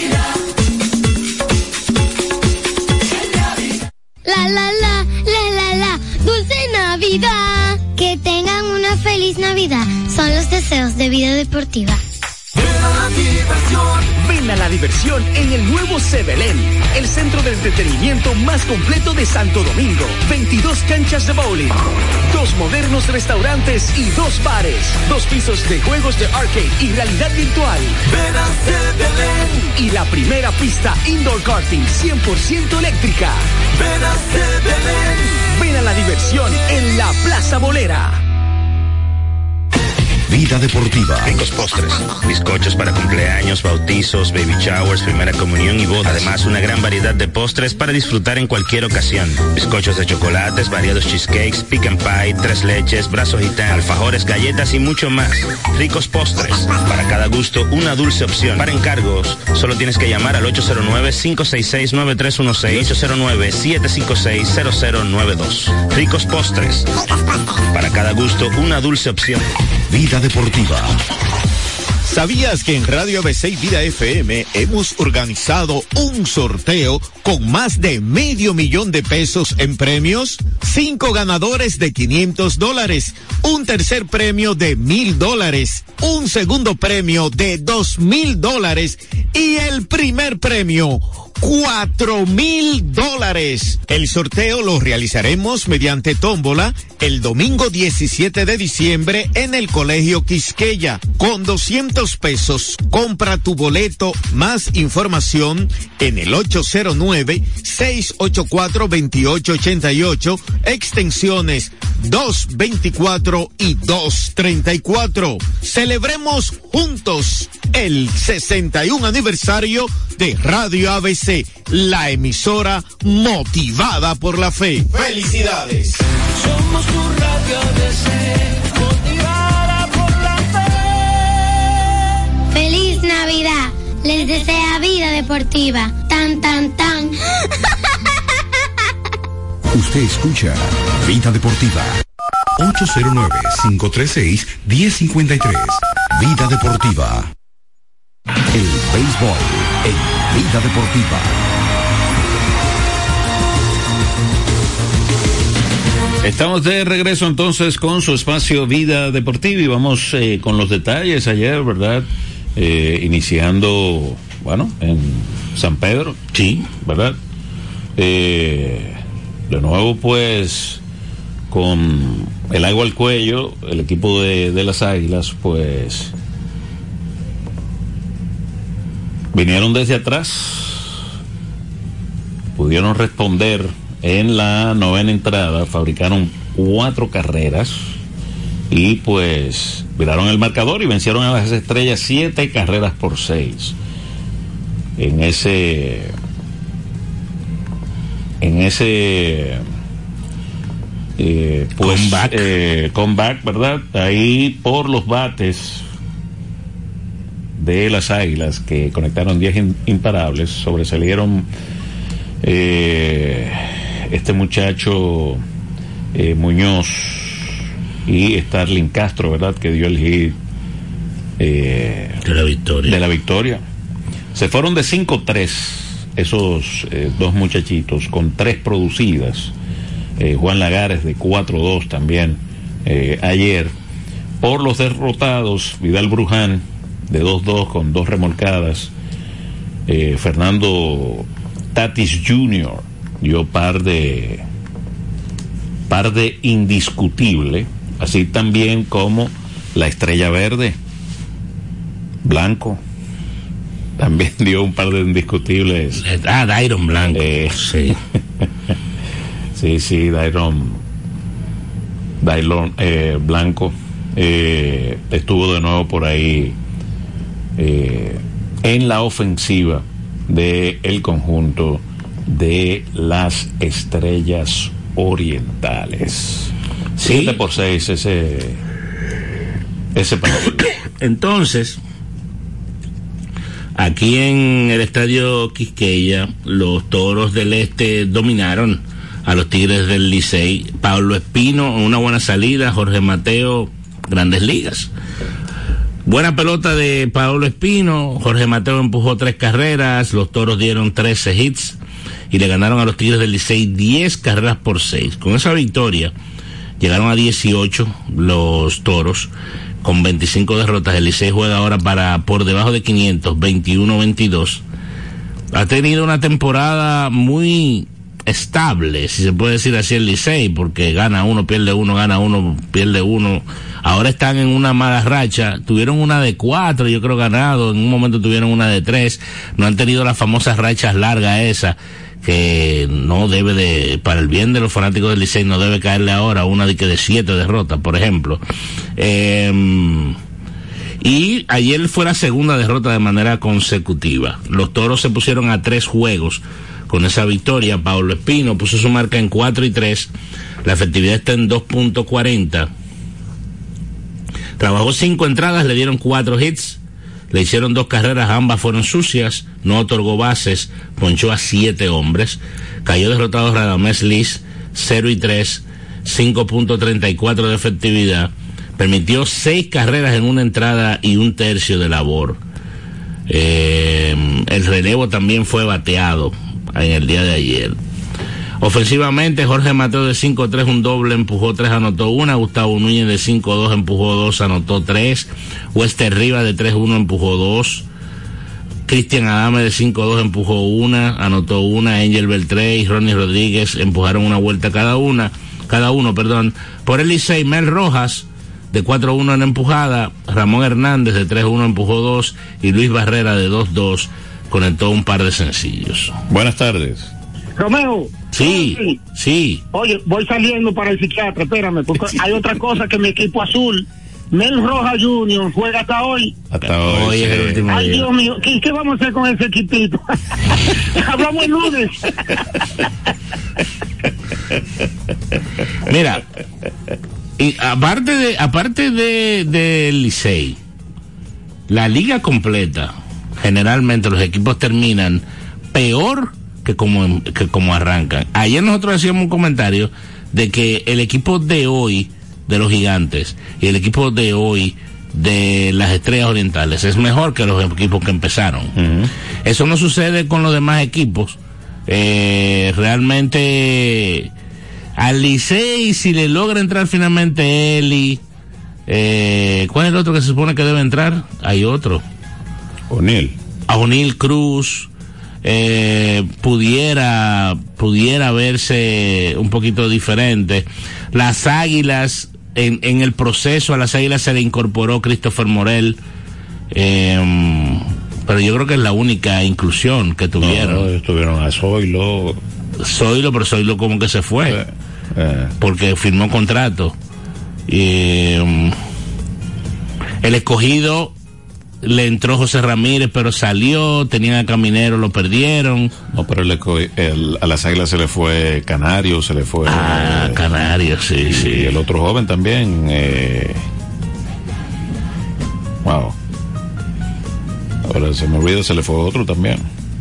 La la la, la la la, dulce Navidad. Que tengan una feliz Navidad. Son los deseos de Vida Deportiva. Ven a la diversión en el nuevo Sebelén, el centro de entretenimiento más completo de Santo Domingo. veintidós canchas de bowling, dos modernos restaurantes y dos bares, dos pisos de juegos de arcade y realidad virtual. Ven a Sebelén. Y la primera pista indoor karting cien por ciento eléctrica. Ven a Sebelén. Ven a la diversión en la Plaza Bolera. Vida Deportiva. Ricos postres, bizcochos para cumpleaños, bautizos, baby showers, primera comunión y bodas. Además, una gran variedad de postres para disfrutar en cualquier ocasión. Bizcochos de chocolates, variados cheesecakes, pick and pie, tres leches, brazos gitanos, alfajores, galletas y mucho más. Ricos postres, para cada gusto una dulce opción. Para encargos, solo tienes que llamar al ocho cero nueve, cinco seis seis, nueve tres uno seis, ocho cero nueve, siete cinco seis, cero cero nueve dos. Ricos postres, para cada gusto una dulce opción. Vida Deportiva. ¿Sabías que en Radio A B C y Vida F M hemos organizado un sorteo con más de medio millón de pesos en premios? Cinco ganadores de quinientos dólares, un tercer premio de mil dólares, un segundo premio de dos mil dólares y el primer premio cuatro mil dólares. El sorteo lo realizaremos mediante tómbola el domingo diecisiete de diciembre en el Colegio Quisqueya. Con doscientos pesos, compra tu boleto. Más información en el ocho cero nueve, seis ocho cuatro, dos ocho ocho ocho, extensiones doscientos veinticuatro y doscientos treinta y cuatro. Celebremos juntos el sesenta y un aniversario de Radio A B C, la emisora motivada por la fe. ¡Felicidades! Somos tu Radio A B C, motivada por la fe. ¡Feliz Navidad! Les desea Vida Deportiva. Tan, tan, tan. Usted escucha Vida Deportiva. ocho cero nueve, cinco tres seis, uno cero cinco tres. Vida Deportiva. El béisbol en Vida Deportiva. Estamos de regreso entonces con su espacio Vida Deportiva y vamos eh, con los detalles ayer, ¿verdad? Eh, iniciando, bueno, en San Pedro. Sí. ¿Verdad? Eh, de nuevo, pues, con el agua al cuello, el equipo de, de las Águilas, pues, vinieron desde atrás, pudieron responder en la novena entrada, fabricaron cuatro carreras y pues viraron el marcador y vencieron a las Estrellas siete carreras por seis. En ese en ese eh, pues, comeback. Eh, comeback, ¿verdad? Ahí por los bates de las Águilas, que conectaron diez imparables, sobresalieron eh, este muchacho eh, Muñoz y Starling Castro, ¿verdad? Que dio el hit eh, de la victoria. De la victoria. Se fueron de cinco tres esos eh, dos muchachitos, con tres producidas. Eh, Juan Lagares de cuatro dos también eh, ayer. Por los derrotados, Vidal Bruján de dos dos con dos remolcadas. Eh, Fernando Tatis junior dio par de par de indiscutible, así también como la Estrella Verde Blanco también dio un par de indiscutibles. Ah, Dairon Blanco. Eh, sí. sí, sí, Dairon Dairon eh, Blanco eh, estuvo de nuevo por ahí eh, en la ofensiva de el conjunto de las Estrellas Orientales. Sí. siete por seis ese ese partido. Entonces, aquí en el estadio Quisqueya, los Toros del Este dominaron a los Tigres del Licey. Pablo Espino, una buena salida. Jorge Mateo, grandes ligas. Buena pelota de Pablo Espino. Jorge Mateo empujó tres carreras. Los Toros dieron trece hits y le ganaron a los Tigres del Licey diez carreras por seis. Con esa victoria llegaron a dieciocho los Toros, con veinticinco derrotas. El Licey juega ahora para por debajo de quinientos, veintiuno veintidós. Ha tenido una temporada muy estable, si se puede decir así, el Licey, porque gana uno, pierde uno, gana uno, pierde uno. Ahora están en una mala racha. Tuvieron una de cuatro, yo creo, ganado. En un momento tuvieron una de tres. No han tenido las famosas rachas largas esas, que no debe de, para el bien de los fanáticos del Licey, no debe caerle ahora una de que de siete derrotas, por ejemplo. Eh, y ayer fue la segunda derrota de manera consecutiva. Los Toros se pusieron a tres juegos con esa victoria. Pablo Espino puso su marca en cuatro y tres. La efectividad está en dos punto cuarenta. Trabajó cinco entradas, le dieron cuatro hits. Le hicieron dos carreras, ambas fueron sucias, no otorgó bases, ponchó a siete hombres. Cayó derrotado Radamés Liz, cero y tres, cinco punto treinta y cuatro de efectividad. Permitió seis carreras en una entrada y un tercio de labor. Eh, el relevo también fue bateado en el día de ayer. Ofensivamente, Jorge Mateo de cinco tres, un doble, empujó tres, anotó una. Gustavo Núñez de cinco dos, empujó dos, anotó tres. Wester Rivas de tres uno, empujó dos. Cristian Adame de cinco dos, empujó una, anotó una. Angel Beltré y Ronnie Rodríguez empujaron una vuelta cada una, cada uno, perdón. Por el Licey, Mel Rojas de cuatro uno en empujada. Ramón Hernández de tres uno, empujó dos. Y Luis Barrera de dos dos conectó un par de sencillos. Buenas tardes. Romeo. Sí, sí, sí. Oye, voy saliendo para el psiquiatra, espérame, porque hay otra cosa que mi equipo azul, Mel Rojas junior, juega hasta hoy. Hasta hoy. hoy es el último Ay, día. Dios mío, ¿qué, ¿qué vamos a hacer con ese equipito? Hablamos el lunes. Mira, y aparte de aparte de del Licey, la liga completa, generalmente los equipos terminan peor que como que como arrancan. Ayer nosotros hacíamos un comentario de que el equipo de hoy de los Gigantes y el equipo de hoy de las Estrellas Orientales es mejor que los equipos que empezaron. Uh-huh. Eso no sucede con los demás equipos. Eh, realmente al Licey, si le logra entrar finalmente Eli, eh, ¿cuál es el otro que se supone que debe entrar? Hay otro. O'Neill. A O'Neill Cruz. Eh, pudiera pudiera verse un poquito diferente. Las Águilas, en, en el proceso a las Águilas se le incorporó Christopher Morel, eh, pero yo creo que es la única inclusión que tuvieron. No, no, tuvieron a Zoilo. Zoilo, pero Zoilo como que se fue, eh, eh. porque firmó contrato. Y, um, el Escogido le entró José Ramírez, pero salió, tenían a Caminero, lo perdieron. No, pero el, el, a las Águilas se le fue Canario, se le fue... Ah, eh, Canario, sí, y, sí. Y el otro joven también. Eh, wow. Ahora se me olvida, se le fue otro también.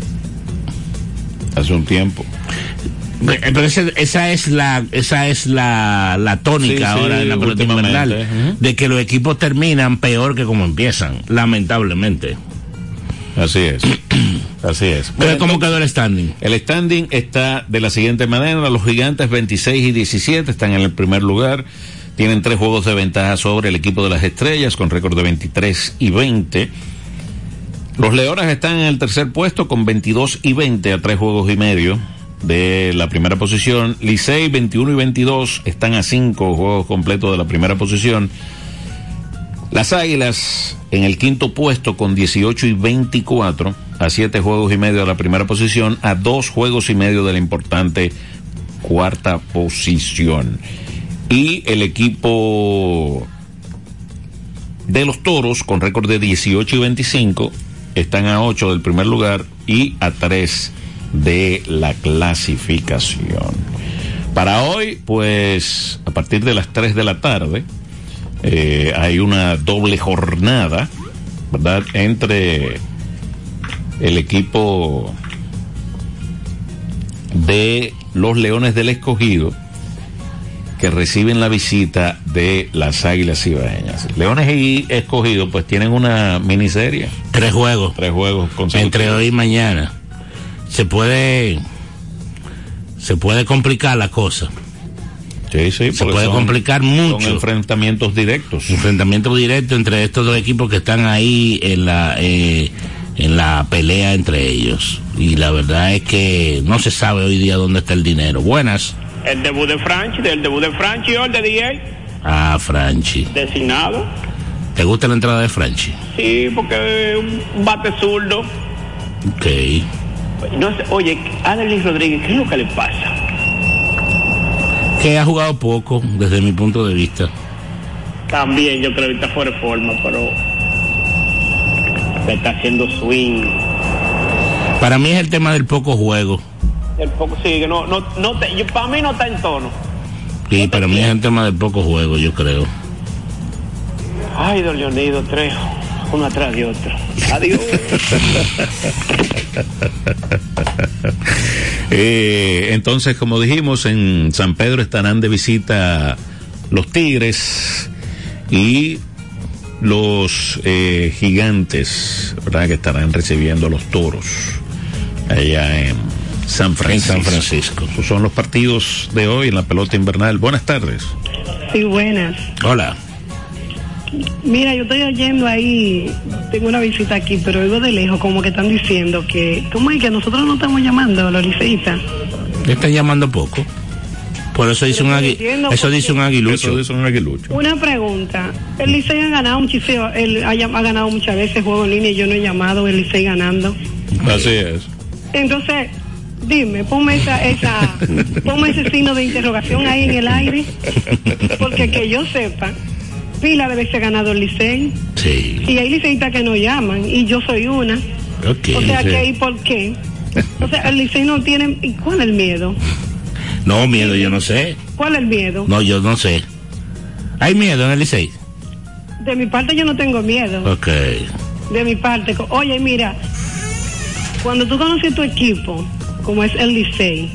Hace un tiempo. Pero ese, esa es la esa es la, la tónica sí, ahora sí, en la pelota invernal, uh-huh. de que los equipos terminan peor que como empiezan, lamentablemente. Así es. Así es. Pero ¿cómo quedó el standing? El standing está de la siguiente manera. Los Gigantes veintiséis y diecisiete están en el primer lugar. Tienen tres juegos de ventaja sobre el equipo de las Estrellas con récord de veintitrés y veinte. Los Leones están en el tercer puesto con veintidós y veinte a tres juegos y medio de la primera posición. Licey veintiuno y veintidós están a cinco juegos completos de la primera posición. Las Águilas en el quinto puesto con dieciocho y veinticuatro a siete juegos y medio de la primera posición, a dos juegos y medio de la importante cuarta posición. Y el equipo de los Toros con récord de dieciocho y veinticinco están a ocho del primer lugar y a tres de la clasificación. Para hoy, pues a partir de las tres de la tarde eh, hay una doble jornada, ¿verdad?, entre el equipo de los Leones del Escogido, que reciben la visita de las Águilas Cibaeñas. Leones y Escogido pues tienen una miniserie. Tres juegos. Tres juegos consecutivos. Entre hoy y mañana. Se puede se puede complicar la cosa. Sí, sí. Se puede son, complicar mucho. Son enfrentamientos directos. Enfrentamientos directos entre estos dos equipos que están ahí en la eh, en la pelea entre ellos. Y la verdad es que no se sabe hoy día dónde está el dinero. Buenas. El debut de Franchi, del debut de Franchi o el de D J. Ah, Franchi. Designado. ¿Te gusta la entrada de Franchi? Sí, porque un bate zurdo. Ok. No sé, oye, Adelis Rodríguez, ¿qué es lo que le pasa? Que ha jugado poco, desde mi punto de vista. También yo creo que está fuera de forma, pero le está haciendo swing. Para mí es el tema del poco juego. El poco, sí, que no, no, no te, yo, para mí no está en tono. Sí, para mí es el tema del poco juego, yo creo. Ay, don Leonido Trejo, uno atrás de otro. Adiós. eh, entonces, como dijimos, en San Pedro estarán de visita los Tigres y los eh, Gigantes, ¿verdad?, que estarán recibiendo a los Toros allá en San Francisco. En San Francisco. Esos son los partidos de hoy en la pelota invernal. Buenas tardes. Sí, buenas. Hola. Mira, yo estoy oyendo ahí, tengo una visita aquí, pero oigo de lejos como que están diciendo que, ¿cómo es que nosotros no estamos llamando a los liceístas? Están llamando poco. Por eso dice un agui, eso dice un aguilucho. Eso dice un aguilucho. Una pregunta, el Licey ha ganado muchísimo, él ha, ha ganado muchas veces juego en línea y yo no he llamado, el Licey ganando. Así es. Entonces, dime, ponme esa, esa, ponme ese signo de interrogación ahí en el aire, porque que yo sepa, pila de veces ha ganado el Licey. Sí. Y hay liceístas que no llaman, y yo soy una. Okay, o sea, sí. que ¿y por qué? O sea, el Licey no tiene, ¿y cuál es el miedo? No, miedo, yo no sé. ¿Cuál es el miedo? No, yo no sé. ¿Hay miedo en el Licey? De mi parte yo no tengo miedo. Ok. De mi parte, oye, mira, cuando tú conoces tu equipo, como es el Licey,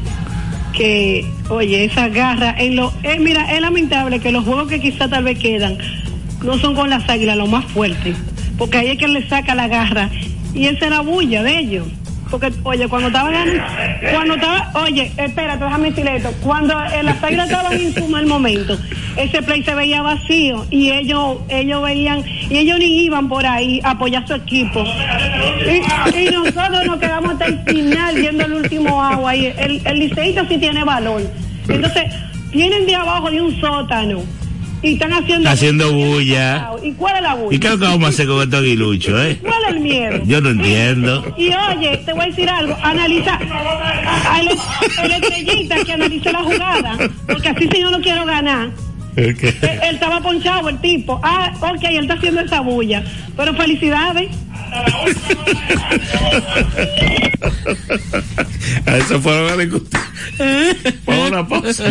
que, oye, esa garra, en lo, eh, mira, es lamentable que los juegos que quizá tal vez quedan no son con las Águilas lo más fuerte, porque ahí es que le saca la garra, y esa era bulla de ellos. Porque, oye, cuando estaba ganando, cuando estaba, oye, espérate, déjame decirle esto, cuando eh, las Águilas estaban en su mal momento, ese play se veía vacío y ellos ellos veían, y ellos ni iban por ahí a apoyar a su equipo. Y, y nosotros nos quedamos hasta el final viendo el último agua, y el, el liceísta sí tiene valor. Entonces, vienen de abajo de un sótano y están haciendo haciendo bulla. ¿Y cuál es la bulla? ¿Y qué es lo que vamos a hacer con estos aguiluchos, eh? ¿Cuál es el miedo? Yo no entiendo. Y, y oye, te voy a decir algo, analiza a el, el estrellita que analice la jugada, porque así si yo no quiero ganar. Okay. Él, él estaba ponchado el tipo. Ah, ok, él está haciendo esa bulla. Pero felicidades. A eso fueron a discutir. Vamos a una pausa.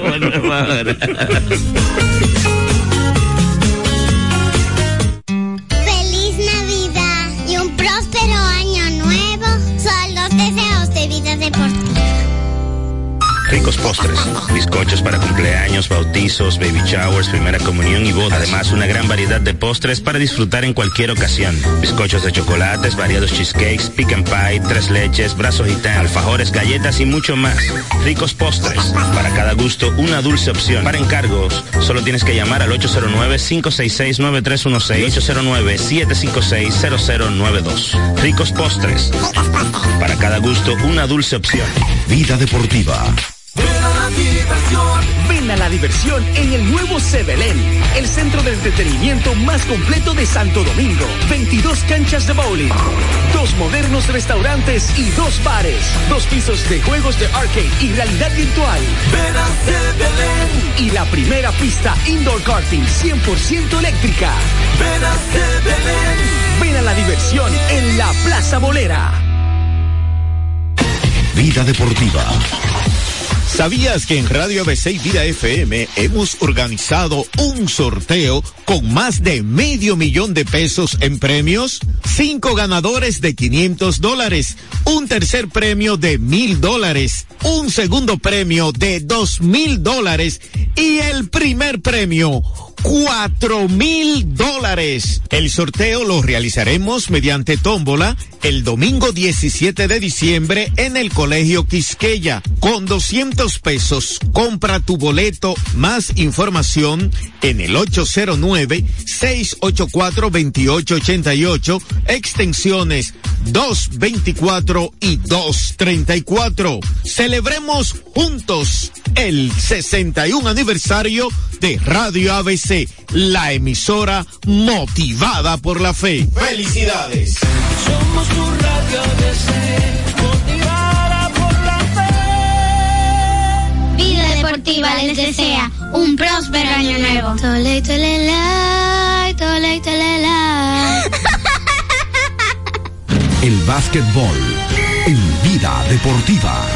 Feliz Navidad y un próspero año nuevo. Son los deseos de Vida Deportiva. Ricos postres, bizcochos para cumpleaños, bautizos, baby showers, primera comunión y bodas. Además, una gran variedad de postres para disfrutar en cualquier ocasión. Bizcochos de chocolates, variados cheesecakes, pick and pie, tres leches, brazos gitano, alfajores, galletas y mucho más. Ricos postres, para cada gusto una dulce opción. Para encargos, solo tienes que llamar al ocho cero nueve, cinco seis seis, nueve tres uno seis, ocho cero nueve, siete cinco seis, cero cero nueve dos. Ricos postres, para cada gusto una dulce opción. Vida Deportiva. Ven a la diversión en el nuevo Sebelén, el centro de entretenimiento más completo de Santo Domingo. veintidós canchas de bowling, dos modernos restaurantes y dos bares, dos pisos de juegos de arcade y realidad virtual. Ven a Sebelén. Y la primera pista indoor karting cien por ciento eléctrica. Ven a Sebelén. Ven a la diversión en la Plaza Bolera. Vida Deportiva. ¿Sabías que en Radio A B C y Vida F M hemos organizado un sorteo con más de medio millón de pesos en premios? Cinco ganadores de quinientos dólares, un tercer premio de mil dólares, un segundo premio de dos mil dólares y el primer premio cuatro mil dólares. El sorteo lo realizaremos mediante tómbola el domingo diecisiete de diciembre en el Colegio Quisqueya. Con doscientos pesos compra tu boleto. Más información en el ocho cero nueve, seis ocho cuatro, dos ocho ocho ocho, extensiones doscientos veinticuatro y doscientos treinta y cuatro. Celebremos juntos el sesenta y un aniversario de Radio A B C, la emisora motivada por la fe. ¡Felicidades! Somos tu Radio A B C, motivada por la fe. Vida Deportiva les desea un próspero año nuevo. Tole, tole, la, tole, tole, la. El básquetbol en Vida Deportiva.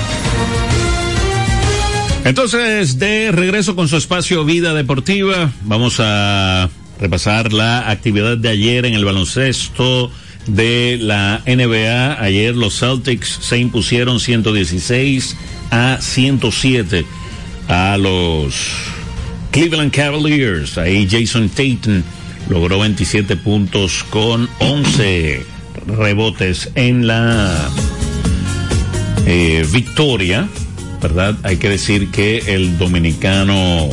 Entonces, de regreso con su espacio Vida Deportiva, vamos a repasar la actividad de ayer en el baloncesto de la N B A. Ayer los Celtics se impusieron ciento dieciséis a ciento siete a los Cleveland Cavaliers. Ahí Jason Tatum logró veintisiete puntos con once rebotes en la eh, victoria, ¿verdad? Hay que decir que el dominicano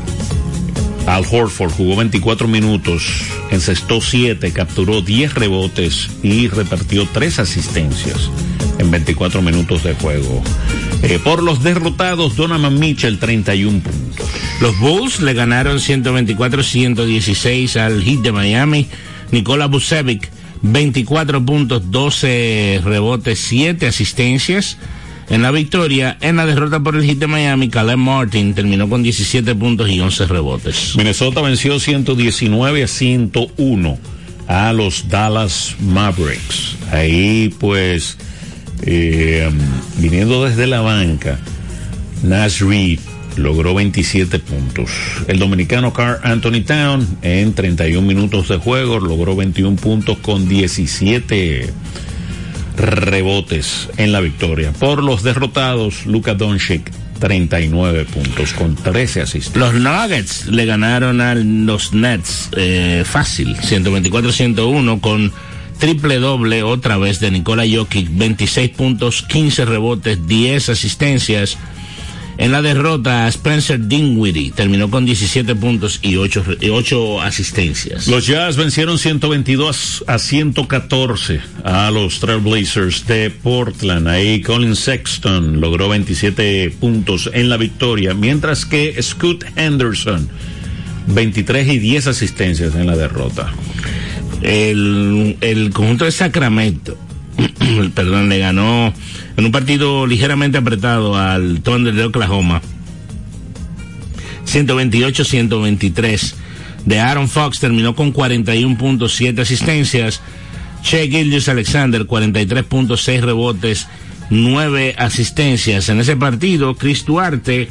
Al Horford jugó veinticuatro minutos, encestó siete, capturó diez rebotes y repartió tres asistencias en veinticuatro minutos de juego. Eh, por los derrotados, Donovan Mitchell, treinta y un puntos. Los Bulls le ganaron ciento veinticuatro a ciento dieciséis al Heat de Miami. Nikola Vucevic, veinticuatro puntos, doce rebotes, siete asistencias. En la victoria, en la derrota por el Heat de Miami, Caleb Martin terminó con diecisiete puntos y once rebotes. Minnesota venció ciento diecinueve a ciento uno a los Dallas Mavericks. Ahí pues, eh, viniendo desde la banca, Naz Reid logró veintisiete puntos. El dominicano Karl Anthony Towns en treinta y un minutos de juego logró veintiún puntos con diecisiete rebotes en la victoria. Por los derrotados, Luka Doncic, treinta y nueve puntos con trece asistencias. Los Nuggets le ganaron a los Nets eh, fácil, ciento veinticuatro a ciento uno, con triple doble otra vez de Nikola Jokic, veintiséis puntos, quince rebotes, diez asistencias. En la derrota, Spencer Dinwiddie terminó con diecisiete puntos y ocho, ocho asistencias. Los Jazz vencieron ciento veintidós a ciento catorce a los Trailblazers de Portland. Ahí Colin Sexton logró veintisiete puntos en la victoria, mientras que Scoot Henderson, veintitrés y diez asistencias en la derrota. El, el conjunto de Sacramento, perdón, le ganó en un partido ligeramente apretado al Thunder de Oklahoma, ciento veintiocho a ciento veintitrés. De Aaron Fox terminó con cuarenta y un puntos, siete asistencias. Shai Gilgeous-Alexander, cuarenta y tres puntos, seis rebotes, nueve asistencias. En ese partido, Chris Duarte,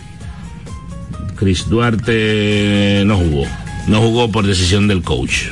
Chris Duarte no jugó, no jugó por decisión del coach.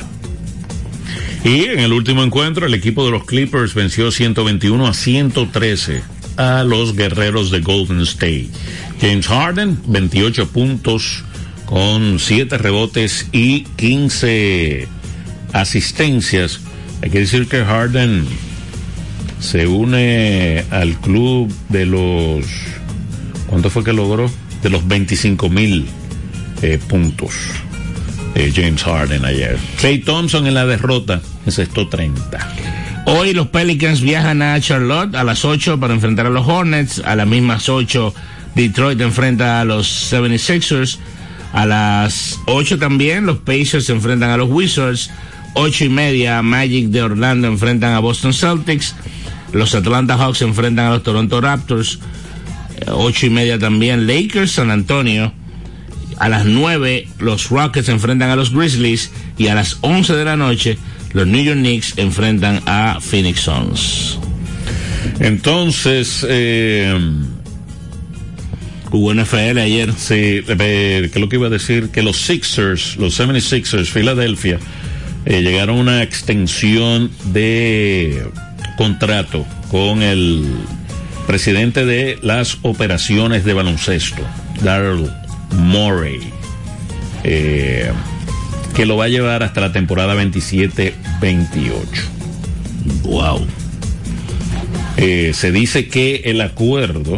Y en el último encuentro, el equipo de los Clippers venció ciento veintiuno a ciento trece a los guerreros de Golden State. James Harden, veintiocho puntos con siete rebotes y quince asistencias. Hay que decir que Harden se une al club de los... ¿Cuánto fue que logró? De los veinticinco mil eh, puntos. Eh, James Harden ayer. Klay Thompson en la derrota encestó treinta. Hoy los Pelicans viajan a Charlotte a las ocho para enfrentar a los Hornets. A las mismas ocho Detroit enfrenta a los setenta y seis ers. A las ocho también los Pacers se enfrentan a los Wizards. Ocho y media Magic de Orlando enfrentan a Boston Celtics. Los Atlanta Hawks se enfrentan a los Toronto Raptors. Ocho y media también Lakers San Antonio. A las nueve los Rockets se enfrentan a los Grizzlies. Y a las once de la noche los New York Knicks enfrentan a Phoenix Suns. Entonces, eh, hubo N F L ayer. Sí, eh, que es lo que iba a decir, que los Sixers, los setenta y seis ers, Filadelfia, eh, llegaron a una extensión de contrato con el presidente de las operaciones de baloncesto, Daryl Morey, eh, que lo va a llevar hasta la temporada veintisiete veintiocho. Wow. Eh, se dice que el acuerdo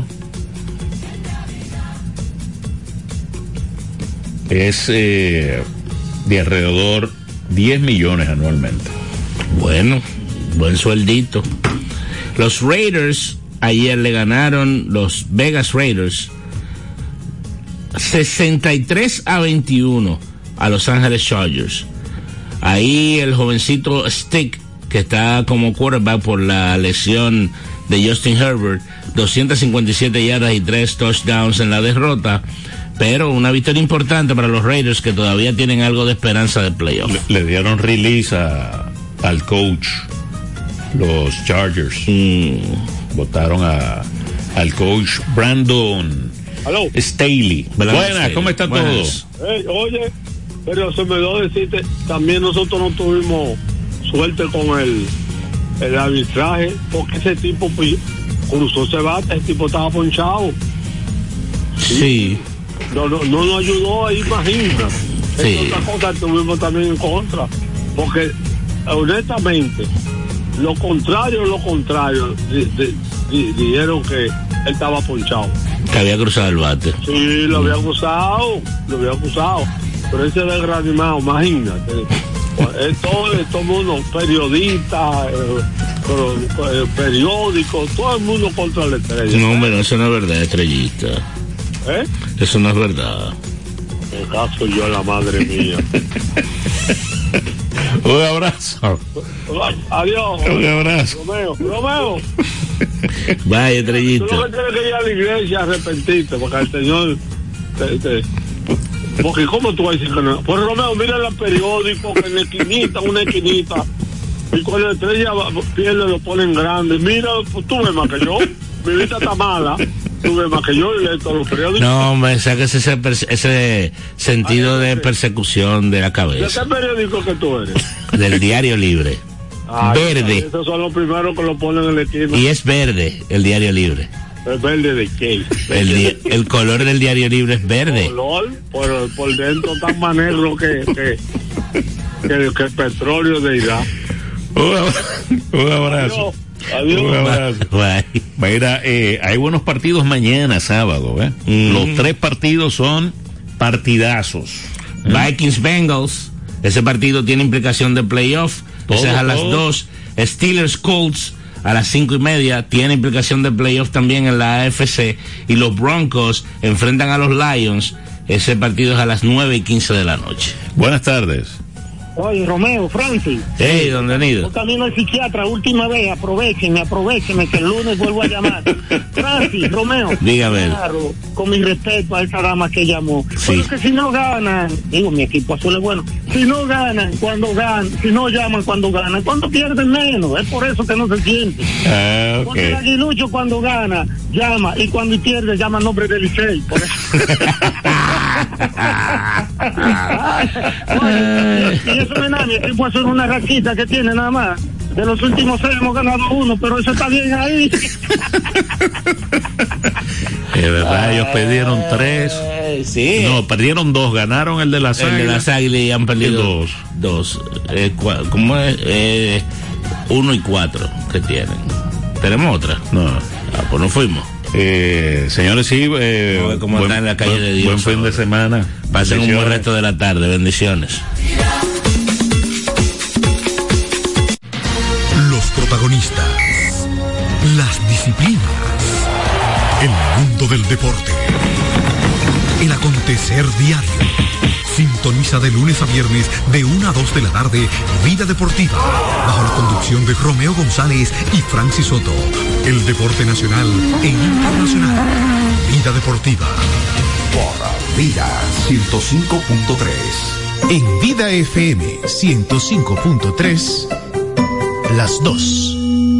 es eh, de alrededor diez millones anualmente. Bueno, buen sueldito. Los Raiders ayer le ganaron, los Vegas Raiders, sesenta y tres a veintiuno a Los Ángeles Chargers. Ahí el jovencito Stick, que está como quarterback por la lesión de Justin Herbert, doscientas cincuenta y siete yardas y tres touchdowns en la derrota, pero una victoria importante para los Raiders, que todavía tienen algo de esperanza de playoff. Le, le dieron release a, al coach los Chargers. Mm. Votaron a, al coach Brandon Hello. Staley. Buenas, ¿cómo está Buenas. todo? Hey, oye, pero se me dio decirte, también nosotros no tuvimos suerte con el, el arbitraje, porque ese tipo pues, cruzó ese bate, ese tipo estaba ponchado. Sí. sí. No, no, no nos ayudó, imagina. Sí. Es otra cosa que tuvimos también en contra, porque honestamente, lo contrario, lo contrario, di, di, di, dijeron que él estaba ponchado. Que había cruzado el bate. Sí, lo había cruzado, lo había cruzado. Pero ese desgranimado, imagínate. Es todo, es todo el mundo, periodistas, eh, periódicos, todo el mundo contra la estrella. No, hombre, no, eso no es verdad, estrellista. ¿Eh? Eso no es verdad. ¿Qué caso yo, la madre mía? Un abrazo. Adiós. Un abrazo. Romeo, Romeo. Vaya, estrellita. Tú lo que tienes que ir a la iglesia a arrepentirte, porque el Señor te, te, porque ¿cómo tú vas a decir que no? Pues Romeo, mira el periódico, que en la esquinita, una esquinita, y cuando la estrella pierde lo ponen grande. Mira, pues tú ves más que yo, mi vista está mala, tú ves más que yo y lees todos los periódicos. No, hombre, saca ese, ese sentido de persecución de la cabeza. ¿De qué periódico que tú eres? Del Diario Libre. Ay, verde. Esos son los primeros que lo ponen en la esquina. Y es verde, el Diario Libre. ¿Es verde de qué? El, di- el color del Diario Libre es verde. El color, por, por dentro tan más negro que, que, que, que el petróleo de Irak. Un abrazo. Adiós. Un abrazo. Bye. Mira, eh, hay buenos partidos mañana, sábado. ¿eh? Mm. Los tres partidos son partidazos. Vikings Bengals. Ese partido tiene implicación de playoff. Todo, Ese es a las dos. Steelers Colts a las cinco y media. Tiene implicación de playoff también en la A F C. Y los Broncos enfrentan a los Lions. Ese partido es a las nueve y quince de la noche. Buenas tardes. Oye, Romeo, Francis. Hey, don Danido. Yo también al psiquiatra, última vez, aprovechenme, aprovechenme, que el lunes vuelvo a llamar. Francis, Romeo. Dígame. Claro, con mi respeto a esa dama que llamó. Sí. Pero que si no ganan, digo, mi equipo azul es bueno, si no ganan cuando ganan, si no llaman cuando ganan, cuando pierden menos, es por eso que no se siente. Ah, okay. Porque el aguilucho cuando gana, llama, y cuando pierde, llama el nombre del Licey. Por eso. Oye, y eso no es nada, mi equipo azul es una raquita que tiene nada más. De los últimos seis hemos ganado uno, pero eso está bien ahí. Es verdad, ellos perdieron tres. Sí. No, perdieron dos, ganaron el de las El de Águilas. las Águilas y han perdido dos. Dos. Eh, cua- ¿Cómo es? Eh, uno y cuatro que tienen. ¿Tenemos otra? No. Ah, pues no fuimos. Eh, señores, sí, eh, Vamos a ver cómo buen, está en la calle buen- de Dios buen fin ahora. de semana. Pasen un buen Bendiciones. resto de la tarde. Bendiciones. Los protagonistas, las disciplinas, el mundo del deporte, el acontecer diario. Sintoniza de lunes a viernes de una a dos de la tarde Vida Deportiva, bajo la conducción de Romeo González y Francis Soto. El deporte nacional e internacional. Vida Deportiva. Por Vida ciento cinco punto tres. En Vida F M ciento cinco punto tres, las dos.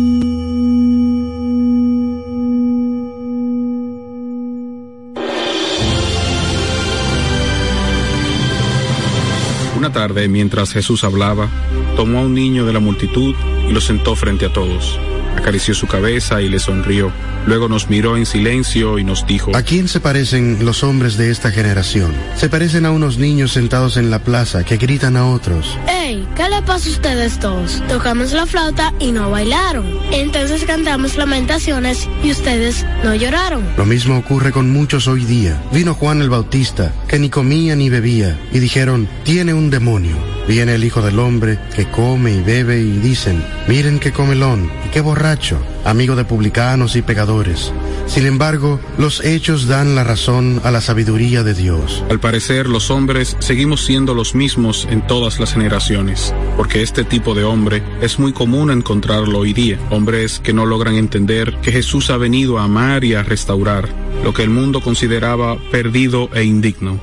Una tarde, mientras Jesús hablaba, tomó a un niño de la multitud y lo sentó frente a todos. Acarició su cabeza y le sonrió. Luego nos miró en silencio y nos dijo: ¿A quién se parecen los hombres de esta generación? Se parecen a unos niños sentados en la plaza que gritan a otros. ¡Ey! ¿Qué le pasa a ustedes todos? Tocamos la flauta y no bailaron. Entonces cantamos lamentaciones y ustedes no lloraron. Lo mismo ocurre con muchos hoy día. Vino Juan el Bautista, que ni comía ni bebía, y dijeron: tiene un demonio. Viene el Hijo del Hombre, que come y bebe, y dicen: miren qué comelón y qué borracho, amigo de publicanos y pecadores. Sin embargo, los hechos dan la razón a la sabiduría de Dios. Al parecer, los hombres seguimos siendo los mismos en todas las generaciones, porque este tipo de hombre es muy común encontrarlo hoy día. Hombres que no logran entender que Jesús ha venido a amar y a restaurar lo que el mundo consideraba perdido e indigno.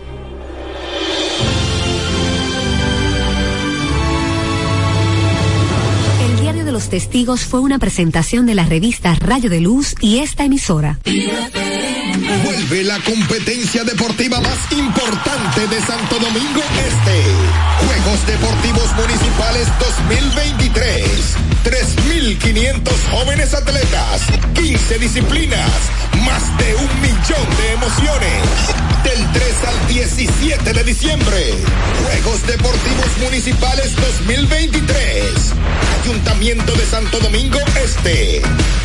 Los Testigos fue una presentación de la revista Rayo de Luz y esta emisora. Vuelve la competencia deportiva más importante de Santo Domingo Este. Juegos Deportivos Municipales dos mil veintitrés. tres mil quinientos jóvenes atletas, quince disciplinas, más de un millón de emociones. Del tres al diecisiete de diciembre. Juegos Deportivos Municipales dos mil veintitrés. Ayuntamiento de Santo Domingo Este.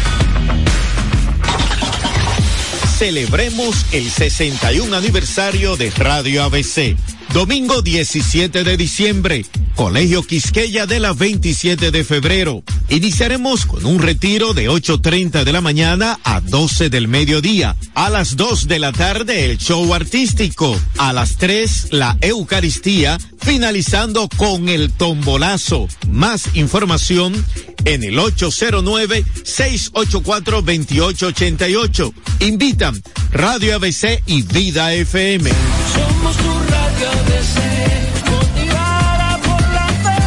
Celebremos el sesenta y un aniversario de Radio A B C. Domingo diecisiete de diciembre, Colegio Quisqueya de la veintisiete de febrero. Iniciaremos con un retiro de ocho treinta de la mañana a doce del mediodía. A las dos de la tarde el show artístico. A las tres la Eucaristía, finalizando con el tombolazo. Más información en el ocho cero nueve, seis ocho cuatro, dos ocho ocho ocho. Invitan Radio A B C y Vida F M. Somos tu Radio A B C, motivada por la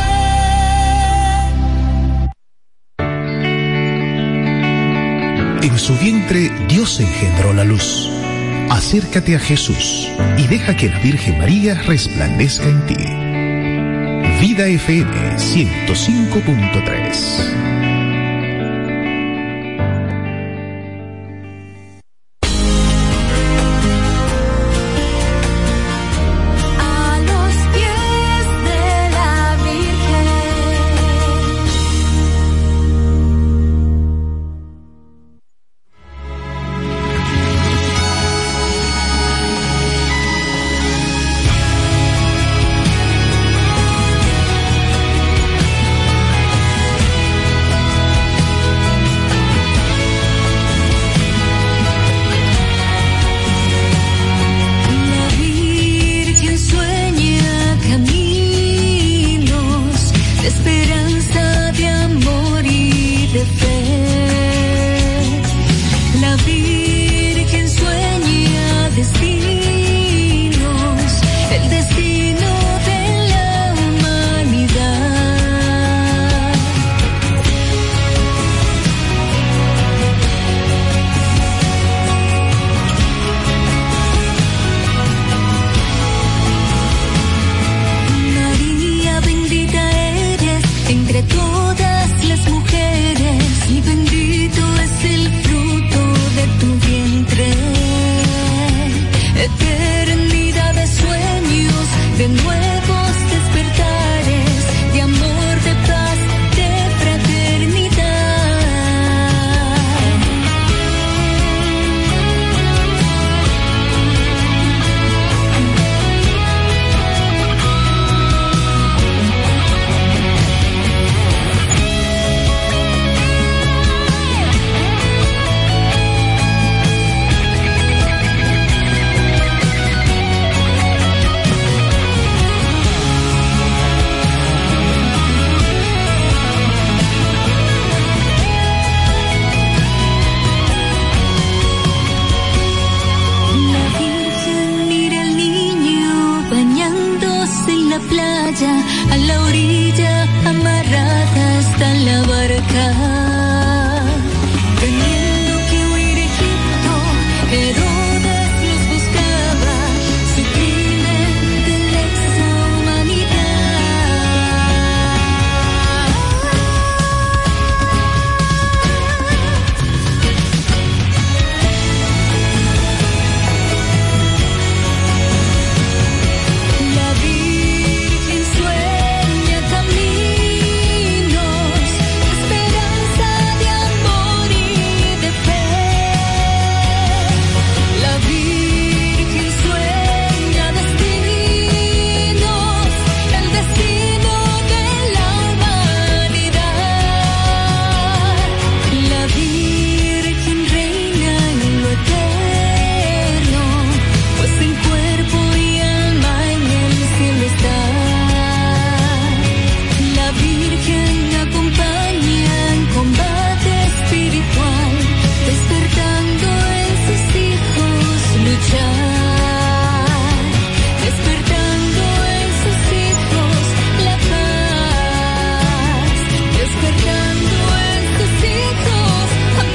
En su vientre Dios engendró la luz. Acércate a Jesús y deja que la Virgen María resplandezca en ti. Vida F M ciento cinco punto tres. acá. Teniendo que huir a Egipto, Herodes los buscaba, su crimen de lesa La Virgen sueña caminos, esperanza de amor y de fe. La Virgen sueña destinos, el destino de la humanidad. La Virgen reina en lo eterno, pues en cuerpo y alma en el cielo está. La Virgen acompaña en combate espiritual, despertando en sus hijos luchar, despertando en sus hijos la paz, despertando en sus hijos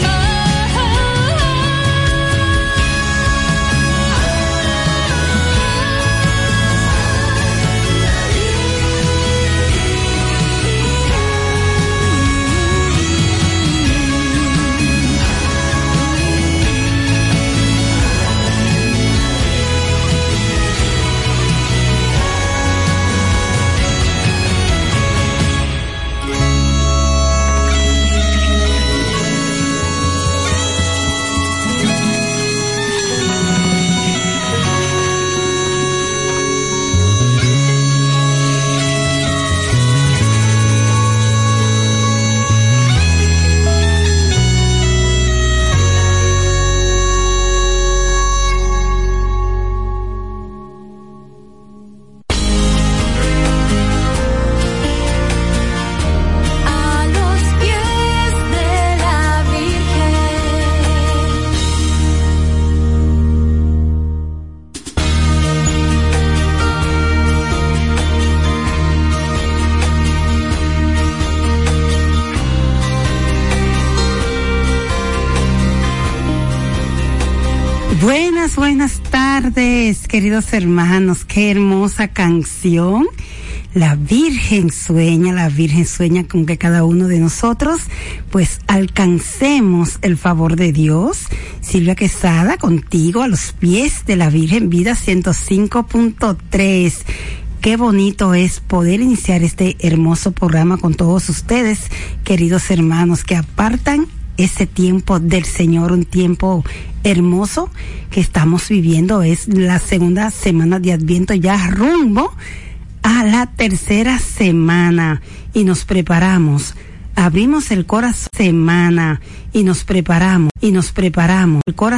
a los pies de la Virgen. Buenas, buenas tardes, queridos hermanos. Qué hermosa canción. La Virgen sueña, la Virgen sueña con que cada uno de nosotros pues alcancemos el favor de Dios. Silvia Quesada, contigo a los pies de la Virgen, Vida ciento cinco punto tres. Qué bonito es poder iniciar este hermoso programa con todos ustedes, queridos hermanos, que apartan ese tiempo del Señor, un tiempo hermoso que estamos viviendo. Es la segunda semana de Adviento, ya rumbo a la tercera semana, y nos preparamos, abrimos el corazón semana y nos preparamos, y nos preparamos el corazón